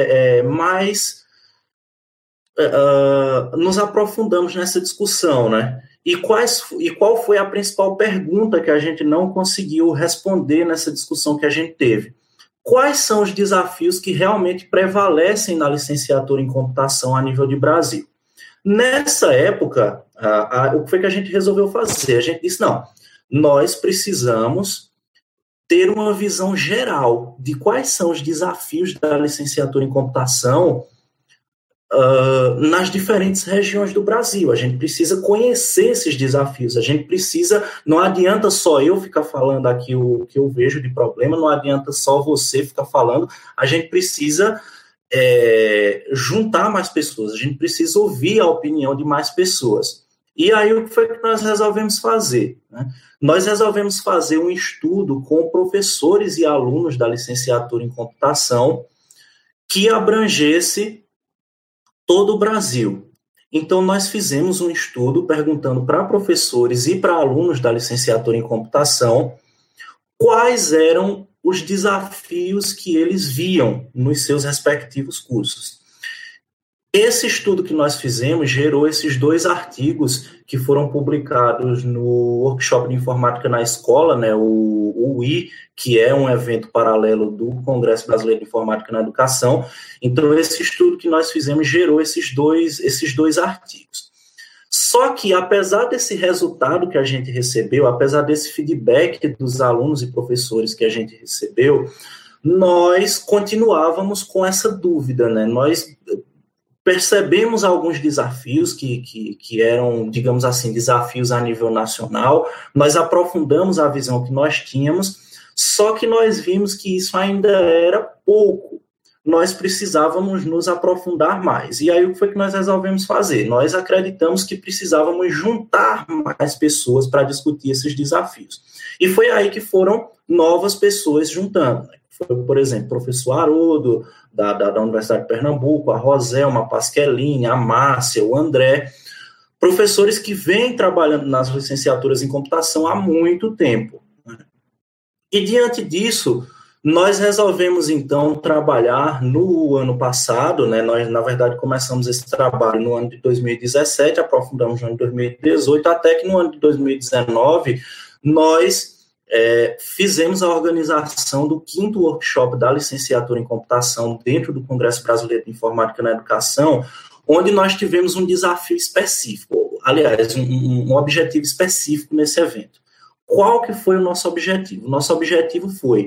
nos aprofundamos nessa discussão, né? E qual foi a principal pergunta que a gente não conseguiu responder nessa discussão que a gente teve? Quais são os desafios que realmente prevalecem na licenciatura em computação a nível de Brasil? Nessa época, o que foi que a gente resolveu fazer? A gente disse, não, nós precisamos ter uma visão geral de quais são os desafios da licenciatura em computação nas diferentes regiões do Brasil. A gente precisa conhecer esses desafios, a gente precisa, não adianta só eu ficar falando aqui o que eu vejo de problema, não adianta só você ficar falando, a gente precisa juntar mais pessoas, a gente precisa ouvir a opinião de mais pessoas. E aí o que foi que nós resolvemos fazer? Né? Nós resolvemos fazer um estudo com professores e alunos da licenciatura em computação que abrangesse todo o Brasil. Então, nós fizemos um estudo perguntando para professores e para alunos da licenciatura em computação quais eram os desafios que eles viam nos seus respectivos cursos. Esse estudo que nós fizemos gerou esses 2 artigos que foram publicados no Workshop de Informática na Escola, né, o UI, que é um evento paralelo do Congresso Brasileiro de Informática na Educação. Então, esse estudo que nós fizemos gerou esses dois artigos. Só que, apesar desse resultado que a gente recebeu, apesar desse feedback dos alunos e professores que a gente recebeu, nós continuávamos com essa dúvida, né? Nós percebemos alguns desafios que eram, digamos assim, desafios a nível nacional, nós aprofundamos a visão que nós tínhamos, só que nós vimos que isso ainda era pouco, nós precisávamos nos aprofundar mais. E aí o que foi que nós resolvemos fazer? Nós acreditamos que precisávamos juntar mais pessoas para discutir esses desafios. E foi aí que foram novas pessoas juntando, né? Foi, por exemplo, o professor Haroldo, da Universidade de Pernambuco, a Roselma, a Pasqueline, a Márcia, o André, professores que vêm trabalhando nas licenciaturas em computação há muito tempo. Né? E, diante disso, nós resolvemos, então, trabalhar no ano passado, né? Nós, na verdade, começamos esse trabalho no ano de 2017, aprofundamos no ano de 2018, até que no ano de 2019, nós fizemos a organização do 5º workshop da licenciatura em computação dentro do Congresso Brasileiro de Informática na Educação, onde nós tivemos um desafio específico, aliás, um objetivo específico nesse evento. Qual que foi o nosso objetivo? O nosso objetivo foi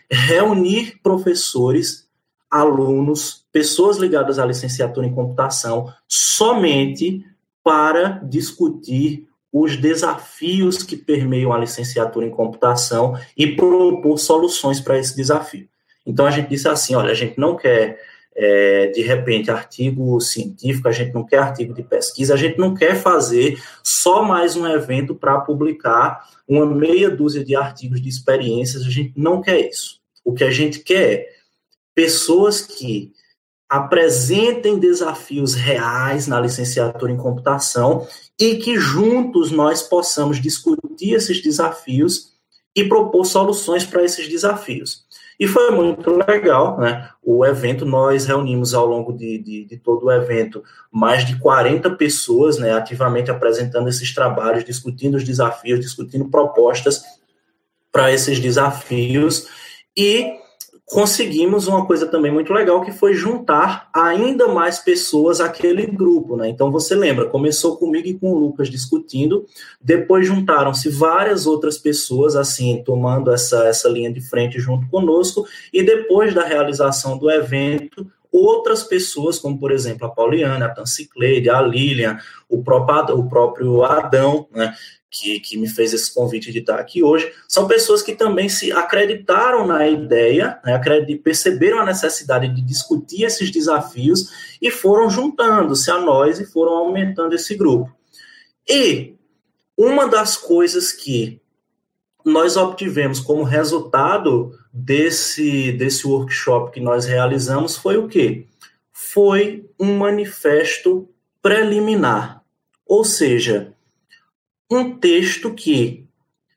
reunir professores, alunos, pessoas ligadas à licenciatura em computação, somente para discutir os desafios que permeiam a licenciatura em computação e propor soluções para esse desafio. Então, a gente disse assim, olha, a gente não quer, de repente, artigo científico, a gente não quer artigo de pesquisa, a gente não quer fazer só mais um evento para publicar uma meia dúzia de artigos de experiências, a gente não quer isso. O que a gente quer é pessoas que apresentem desafios reais na licenciatura em computação e que juntos nós possamos discutir esses desafios e propor soluções para esses desafios. E foi muito legal, né? O evento, nós reunimos ao longo de todo o evento mais de 40 pessoas, né, ativamente apresentando esses trabalhos, discutindo os desafios, discutindo propostas para esses desafios e conseguimos uma coisa também muito legal, que foi juntar ainda mais pessoas àquele grupo, né? Então, você lembra, começou comigo e com o Lucas discutindo, depois juntaram-se várias outras pessoas, assim, tomando essa linha de frente junto conosco, e depois da realização do evento, outras pessoas, como, por exemplo, a Pauliana, a Tancicleide, a Lilian, o próprio Adão, né, que me fez esse convite de estar aqui hoje, são pessoas que também se acreditaram na ideia, né, perceberam a necessidade de discutir esses desafios e foram juntando-se a nós e foram aumentando esse grupo. E uma das coisas que nós obtivemos como resultado desse workshop que nós realizamos foi o quê? Foi um manifesto preliminar, ou seja, um texto que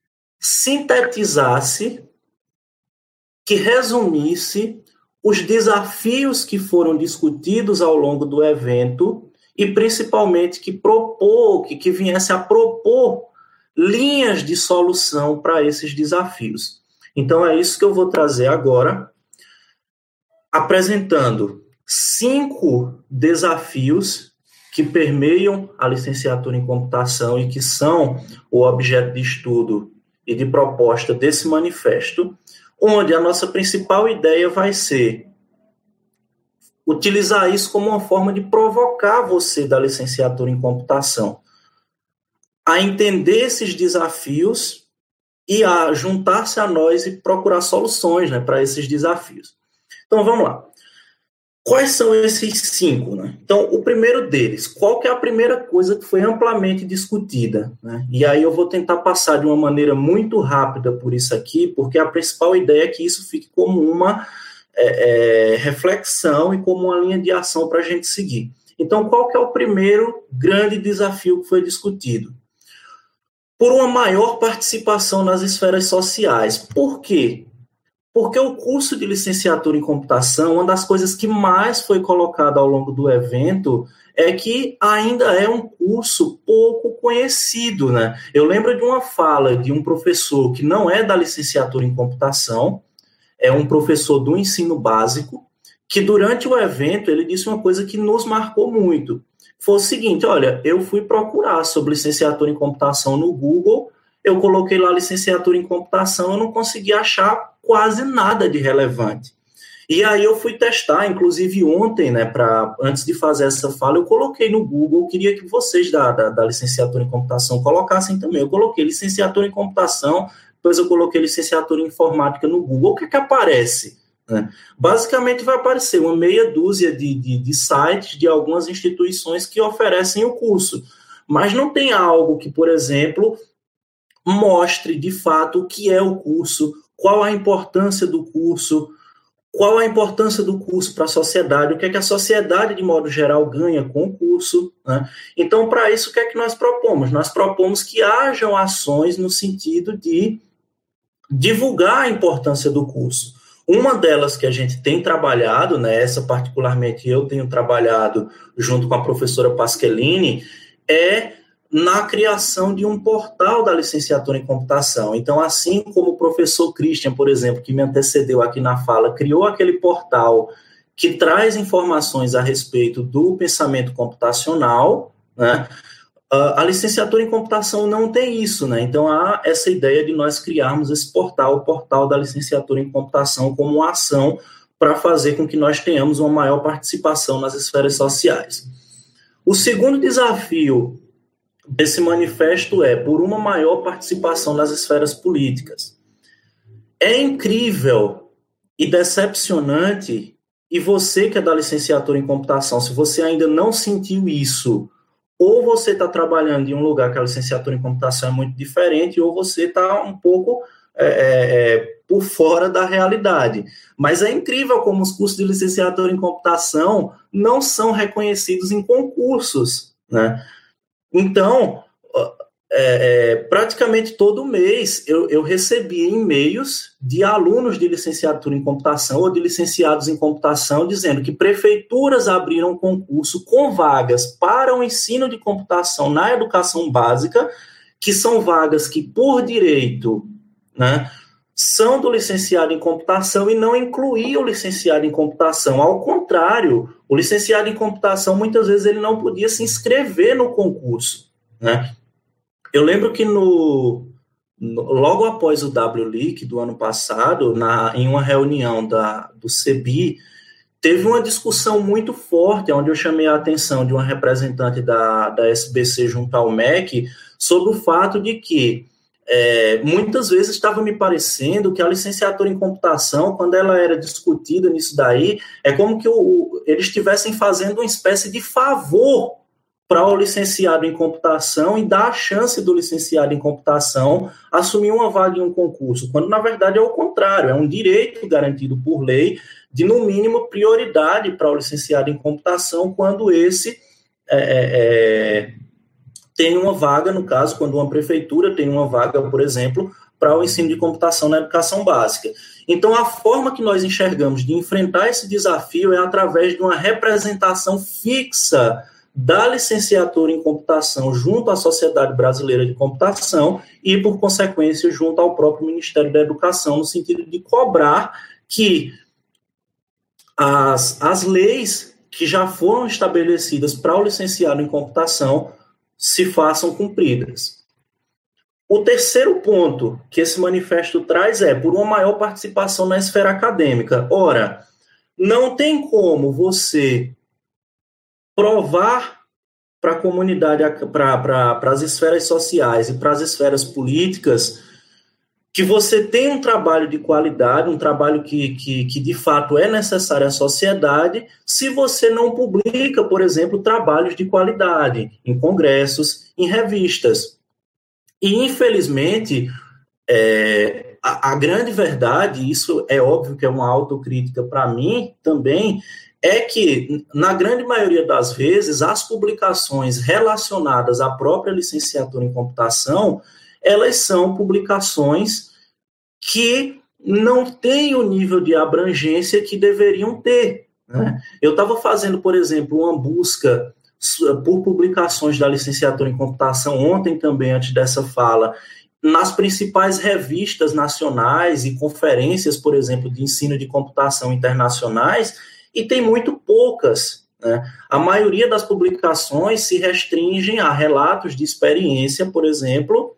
sintetizasse, que resumisse os desafios que foram discutidos ao longo do evento e, principalmente, que viesse a propor linhas de solução para esses desafios. Então, é isso que eu vou trazer agora, apresentando 5 desafios que permeiam a licenciatura em computação e que são o objeto de estudo e de proposta desse manifesto, onde a nossa principal ideia vai ser utilizar isso como uma forma de provocar você da licenciatura em computação a entender esses desafios e a juntar-se a nós e procurar soluções, né, para esses desafios. Então, vamos lá. Quais são esses 5? Né? Então, o primeiro deles, qual que é a primeira coisa que foi amplamente discutida? Né? E aí eu vou tentar passar de uma maneira muito rápida por isso aqui, porque a principal ideia é que isso fique como uma reflexão e como uma linha de ação para a gente seguir. Então, qual que é o primeiro grande desafio que foi discutido? Por uma maior participação nas esferas sociais. Por quê? Porque o curso de licenciatura em computação, uma das coisas que mais foi colocada ao longo do evento é que ainda é um curso pouco conhecido, né? Eu lembro de uma fala de um professor que não é da licenciatura em computação, é um professor do ensino básico, que durante o evento ele disse uma coisa que nos marcou muito. Foi o seguinte, olha, eu fui procurar sobre licenciatura em computação no Google, eu coloquei lá licenciatura em computação, eu não consegui achar quase nada de relevante. E aí eu fui testar, inclusive ontem, né, antes de fazer essa fala, eu coloquei no Google, queria que vocês da licenciatura em computação colocassem também. Eu coloquei licenciatura em computação, depois eu coloquei licenciatura em informática no Google. O que aparece? Né? Basicamente vai aparecer uma meia dúzia de sites de algumas instituições que oferecem o curso, mas não tem algo que, por exemplo, mostre de fato o que é o curso, qual a importância do curso, qual a importância do curso para a sociedade, o que é que a sociedade, de modo geral, ganha com o curso. Né? Então, para isso, o que é que nós propomos? Nós propomos que hajam ações no sentido de divulgar a importância do curso. Uma delas que a gente tem trabalhado, né, essa particularmente eu tenho trabalhado junto com a professora Pasqualini, é na criação de um portal da licenciatura em computação. Então, assim como o professor Christian, por exemplo, que me antecedeu aqui na fala, criou aquele portal que traz informações a respeito do pensamento computacional, né? A licenciatura em computação não tem isso, né? Então, há essa ideia de nós criarmos esse portal, o portal da licenciatura em computação, como uma ação para fazer com que nós tenhamos uma maior participação nas esferas sociais. O segundo desafio desse manifesto é por uma maior participação nas esferas políticas. É incrível e decepcionante, e você que é da licenciatura em computação, se você ainda não sentiu isso, ou você está trabalhando em um lugar que a licenciatura em computação é muito diferente, ou você está um pouco por fora da realidade. Mas é incrível como os cursos de licenciatura em computação não são reconhecidos em concursos, né? Então, praticamente todo mês eu recebia e-mails de alunos de licenciatura em computação ou de licenciados em computação dizendo que prefeituras abriram concurso com vagas para o ensino de computação na educação básica, que são vagas que, por direito, né, são do licenciado em computação e não incluía o licenciado em computação. Ao contrário, o licenciado em computação, muitas vezes, ele não podia se inscrever no concurso, né? Eu lembro que logo após o WLEAC do ano passado, em uma reunião do CEBI, teve uma discussão muito forte, onde eu chamei a atenção de uma representante da SBC junto ao MEC, sobre o fato de que muitas vezes estava me parecendo que a licenciatura em computação, quando ela era discutida nisso daí, é como que eles estivessem fazendo uma espécie de favor para o licenciado em computação e dar a chance do licenciado em computação assumir uma vaga em um concurso, quando, na verdade, é o contrário, é um direito garantido por lei de, no mínimo, prioridade para o licenciado em computação quando esse tem uma vaga, no caso, quando uma prefeitura tem uma vaga, por exemplo, para o ensino de computação na educação básica. Então, a forma que nós enxergamos de enfrentar esse desafio é através de uma representação fixa da licenciatura em computação junto à Sociedade Brasileira de Computação e, por consequência, junto ao próprio Ministério da Educação, no sentido de cobrar que as leis que já foram estabelecidas para o licenciado em computação se façam cumpridas. O terceiro ponto que esse manifesto traz é por uma maior participação na esfera acadêmica. Ora, não tem como você provar para a comunidade, para as esferas sociais e para as esferas políticas que você tem um trabalho de qualidade, um trabalho que de fato é necessário à sociedade, se você não publica, por exemplo, trabalhos de qualidade em congressos, em revistas. E, infelizmente, a grande verdade, isso é óbvio que é uma autocrítica para mim também, é que, na grande maioria das vezes, as publicações relacionadas à própria licenciatura em computação, elas são publicações que não têm o nível de abrangência que deveriam ter, né? Eu estava fazendo, por exemplo, uma busca por publicações da licenciatura em computação ontem também, antes dessa fala, nas principais revistas nacionais e conferências, por exemplo, de ensino de computação internacionais, e tem muito poucas, né? A maioria das publicações se restringem a relatos de experiência, por exemplo,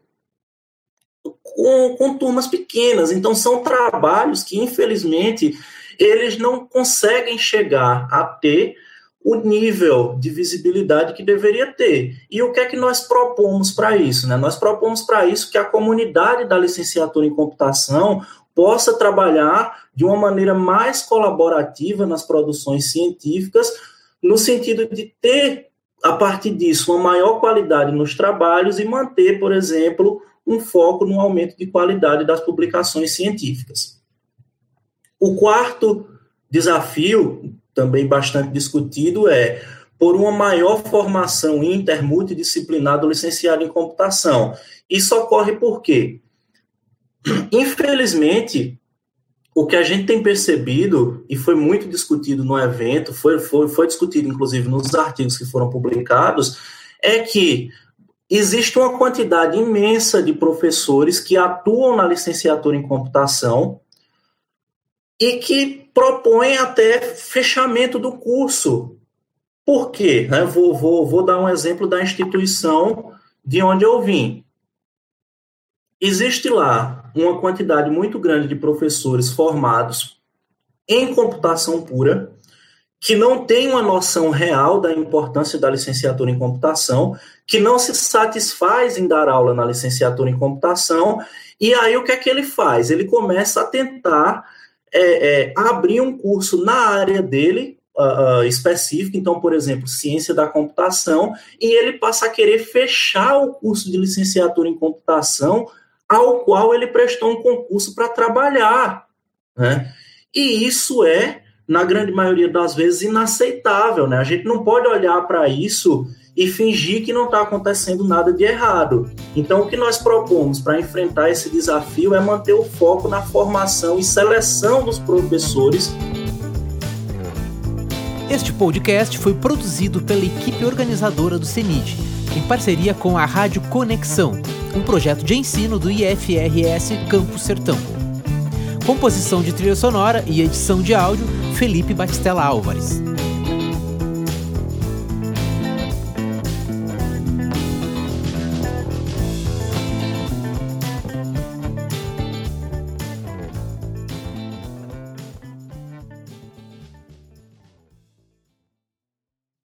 com turmas pequenas. Então, são trabalhos que, infelizmente, eles não conseguem chegar a ter o nível de visibilidade que deveria ter. E o que é que nós propomos para isso, né? Nós propomos para isso que a comunidade da licenciatura em computação possa trabalhar de uma maneira mais colaborativa nas produções científicas, no sentido de ter, a partir disso, uma maior qualidade nos trabalhos e manter, por exemplo, um foco no aumento de qualidade das publicações científicas. O quarto desafio, também bastante discutido, é por uma maior formação multidisciplinar do licenciado em computação. Isso ocorre por quê? Infelizmente, o que a gente tem percebido, e foi muito discutido no evento, foi discutido inclusive nos artigos que foram publicados, é que existe uma quantidade imensa de professores que atuam na licenciatura em computação e que propõem até fechamento do curso Por quê? Vou dar um exemplo da instituição de onde eu vim. Existe lá uma quantidade muito grande de professores formados em computação pura, que não tem uma noção real da importância da licenciatura em computação, que não se satisfaz em dar aula na licenciatura em computação, e aí o que é que ele faz? Ele começa a tentar abrir um curso na área dele, específica, então, por exemplo, ciência da computação, e ele passa a querer fechar o curso de licenciatura em computação ao qual ele prestou um concurso para trabalhar, né? E isso na grande maioria das vezes, inaceitável, né? A gente não pode olhar para isso e fingir que não está acontecendo nada de errado. Então, o que nós propomos para enfrentar esse desafio é manter o foco na formação e seleção dos professores. Este podcast foi produzido pela equipe organizadora do CENID, em parceria com a Rádio Conexão, um projeto de ensino do IFRS Campus Sertão. Composição de trilha sonora e edição de áudio, Felipe Batistella Álvares.